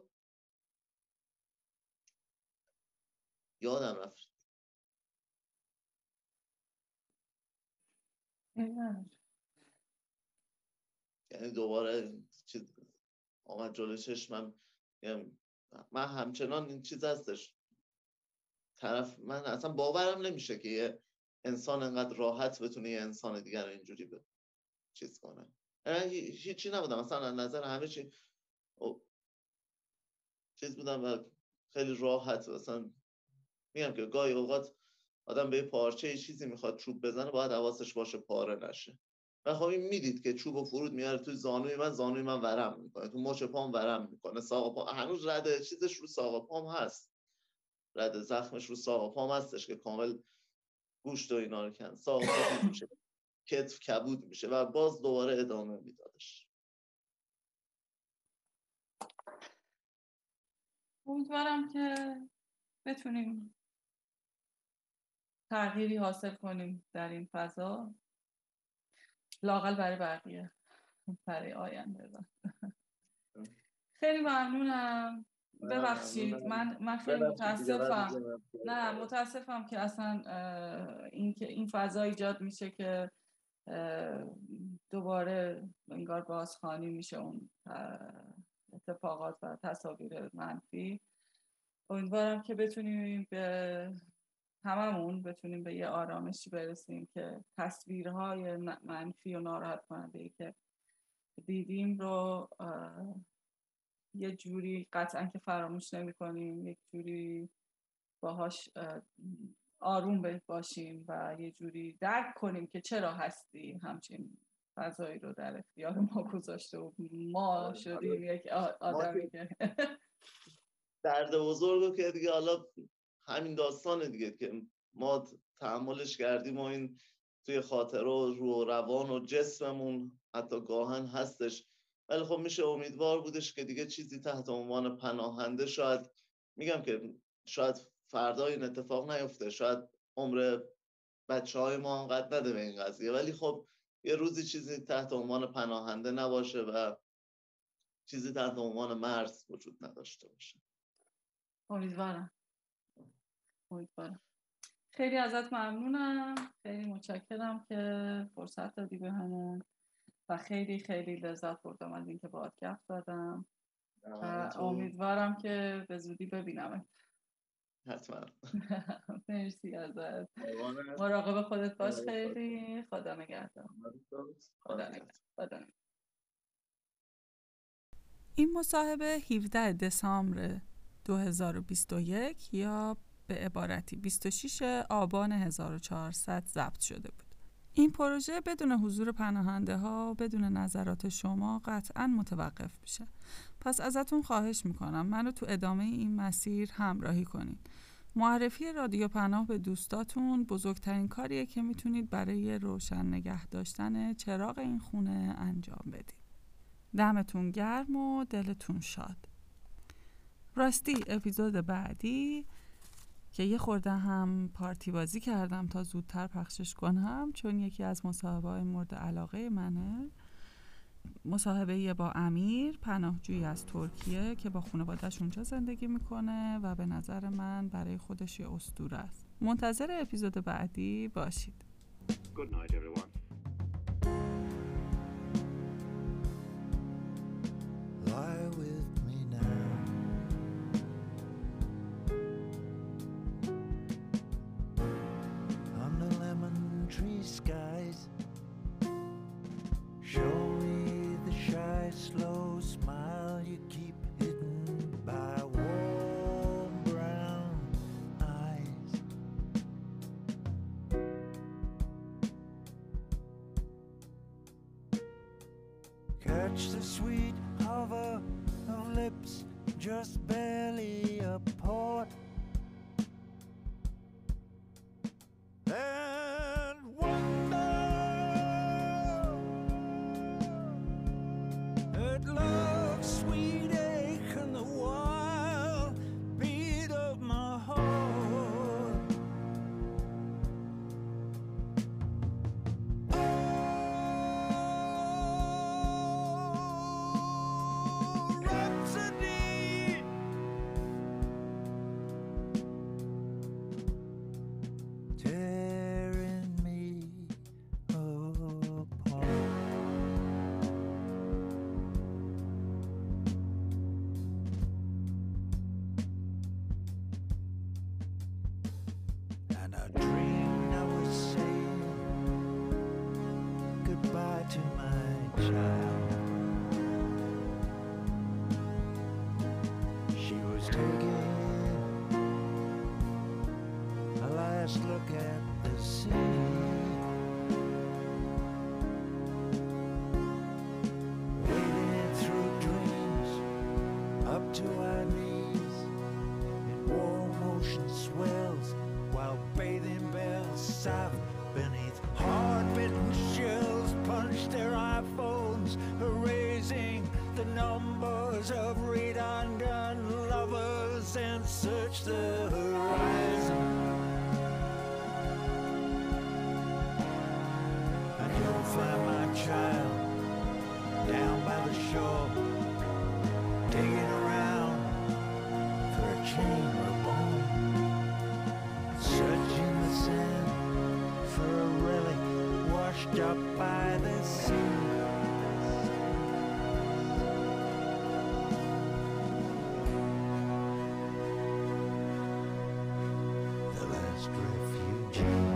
یادم رفت یعنی دوباره چیز آمد جلو چشمم. یعنی من همچنان این چیز هستش، طرف من اصلا باورم نمیشه که یه انسان انقدر راحت بتونه یه انسان دیگر رو اینجوری به چیز کنه. هیچی نبودم مثلا نظر همه چی چیز بودم و خیلی راحت. مثلا میگم که گاهی اوقات آدم به پارچه یه چیزی میخواد چوب بزنه، باید حواسش باشه پاره نشه. و خب این میدید که چوب و فرود میاره توی زانوی من، زانوی من ورم میکنه، تو مچ پام ورم میکنه، ساق پام هنوز رد چیزش رو ساق پام هست، رد زخمش رو ساق پام هستش که کامل گوشت و اینا رو کن، ساق پا میشه، کتف کبود میشه و باز دوباره ادامه میدادش. امیدوارم که بتونیم تغییری حاصل کنیم در این فضا، لااقل برای بقیه، برای آینده. خیلی ممنونم. ببخشید من من خیلی متاسفم. نه متاسفم که اصلا این که این فضا ایجاد میشه که دوباره انگار بازخوانی میشه اون اتفاقات و تصاویر منفی. امیدوارم که بتونیم به هممون بتونیم به یه آرامشی برسیم که تصویرهای منفی و ناراحت کننده که دیدیم رو یه جوری قطعا که فراموش نمی کنیم، یک جوری باهاش آروم باشیم و یه جوری درک کنیم که چرا هستیم همچین فضایی رو در اختیار ما گذاشته و ما شدیم یک آدمی که درد بزرگو که دیگه حالا همین داستانه دیگه که ما تحملش کردیم و این توی خاطره و روح و روان و جسممون حتی گاهن هستش. ولی خب میشه امیدوار بودش که دیگه چیزی تحت عنوان پناهنده، شاید میگم که شاید فردا این اتفاق نیفته، شاید عمر بچه های ما انقدر نده به این قضیه، ولی خب یه روزی چیزی تحت عنوان پناهنده نباشه و چیزی تحت عنوان مرز وجود نداشته باشه. امیدوارم. امیدوارم. خیلی ازت ممنونم، خیلی متشکرم که فرصت دادی به همون و خیلی خیلی لذت بردم از اینکه باهات گپ زدم و امیدوارم که به زودی ببینمت. حتما. مرسی ازت. مراقب خودت باش. خیلی خدا نگهدار. خدا نگهدار. این مصاحبه هفدهم دسامبر دو هزار و بیست و یک یا به عبارتی بیست و شش آبان هزار و چهارصد ضبط شده بود. این پروژه بدون حضور پناهنده ها، بدون نظرات شما قطعاً متوقف میشه. پس ازتون خواهش میکنم منو تو ادامه این مسیر همراهی کنین. معرفی رادیو پناه به دوستاتون بزرگترین کاریه که میتونید برای روشن نگه داشتن چراغ این خونه انجام بدید. دمتون گرم و دلتون شاد. راستی اپیزود بعدی که یه خورده هم پارتی بازی کردم تا زودتر پخشش کنم، چون یکی از مصاحبه‌های مورد علاقه منه، مصاحبه با امیر، پناهجویی از ترکیه که با خانواده‌اش اونجا زندگی میکنه و به نظر من برای خودش یه اسطوره است. منتظر اپیزود بعدی باشید. Good night, everyone. Lie with me now. Under lemon tree skies. Show me the shy, slow smile you keep hidden by warm brown eyes. Catch the sweet hover of lips just barely apart. And wonder at love's sweet ache and the wild beat of my heart. Oh, Rhapsody, tearing me apart. And I dreamed I was saying goodbye to my child. She was taking a last look at the sea. Wading through dreams up to our knees in warm ocean swells, while bathing bells soft beneath hard-bitten shells punch their iPhones, erasing the numbers of redundant lovers, and search the horizon. And you'll find my child down by the shore, digging around for a chain or a bone, searching the sand for a relic washed up by the sea. The last refugee.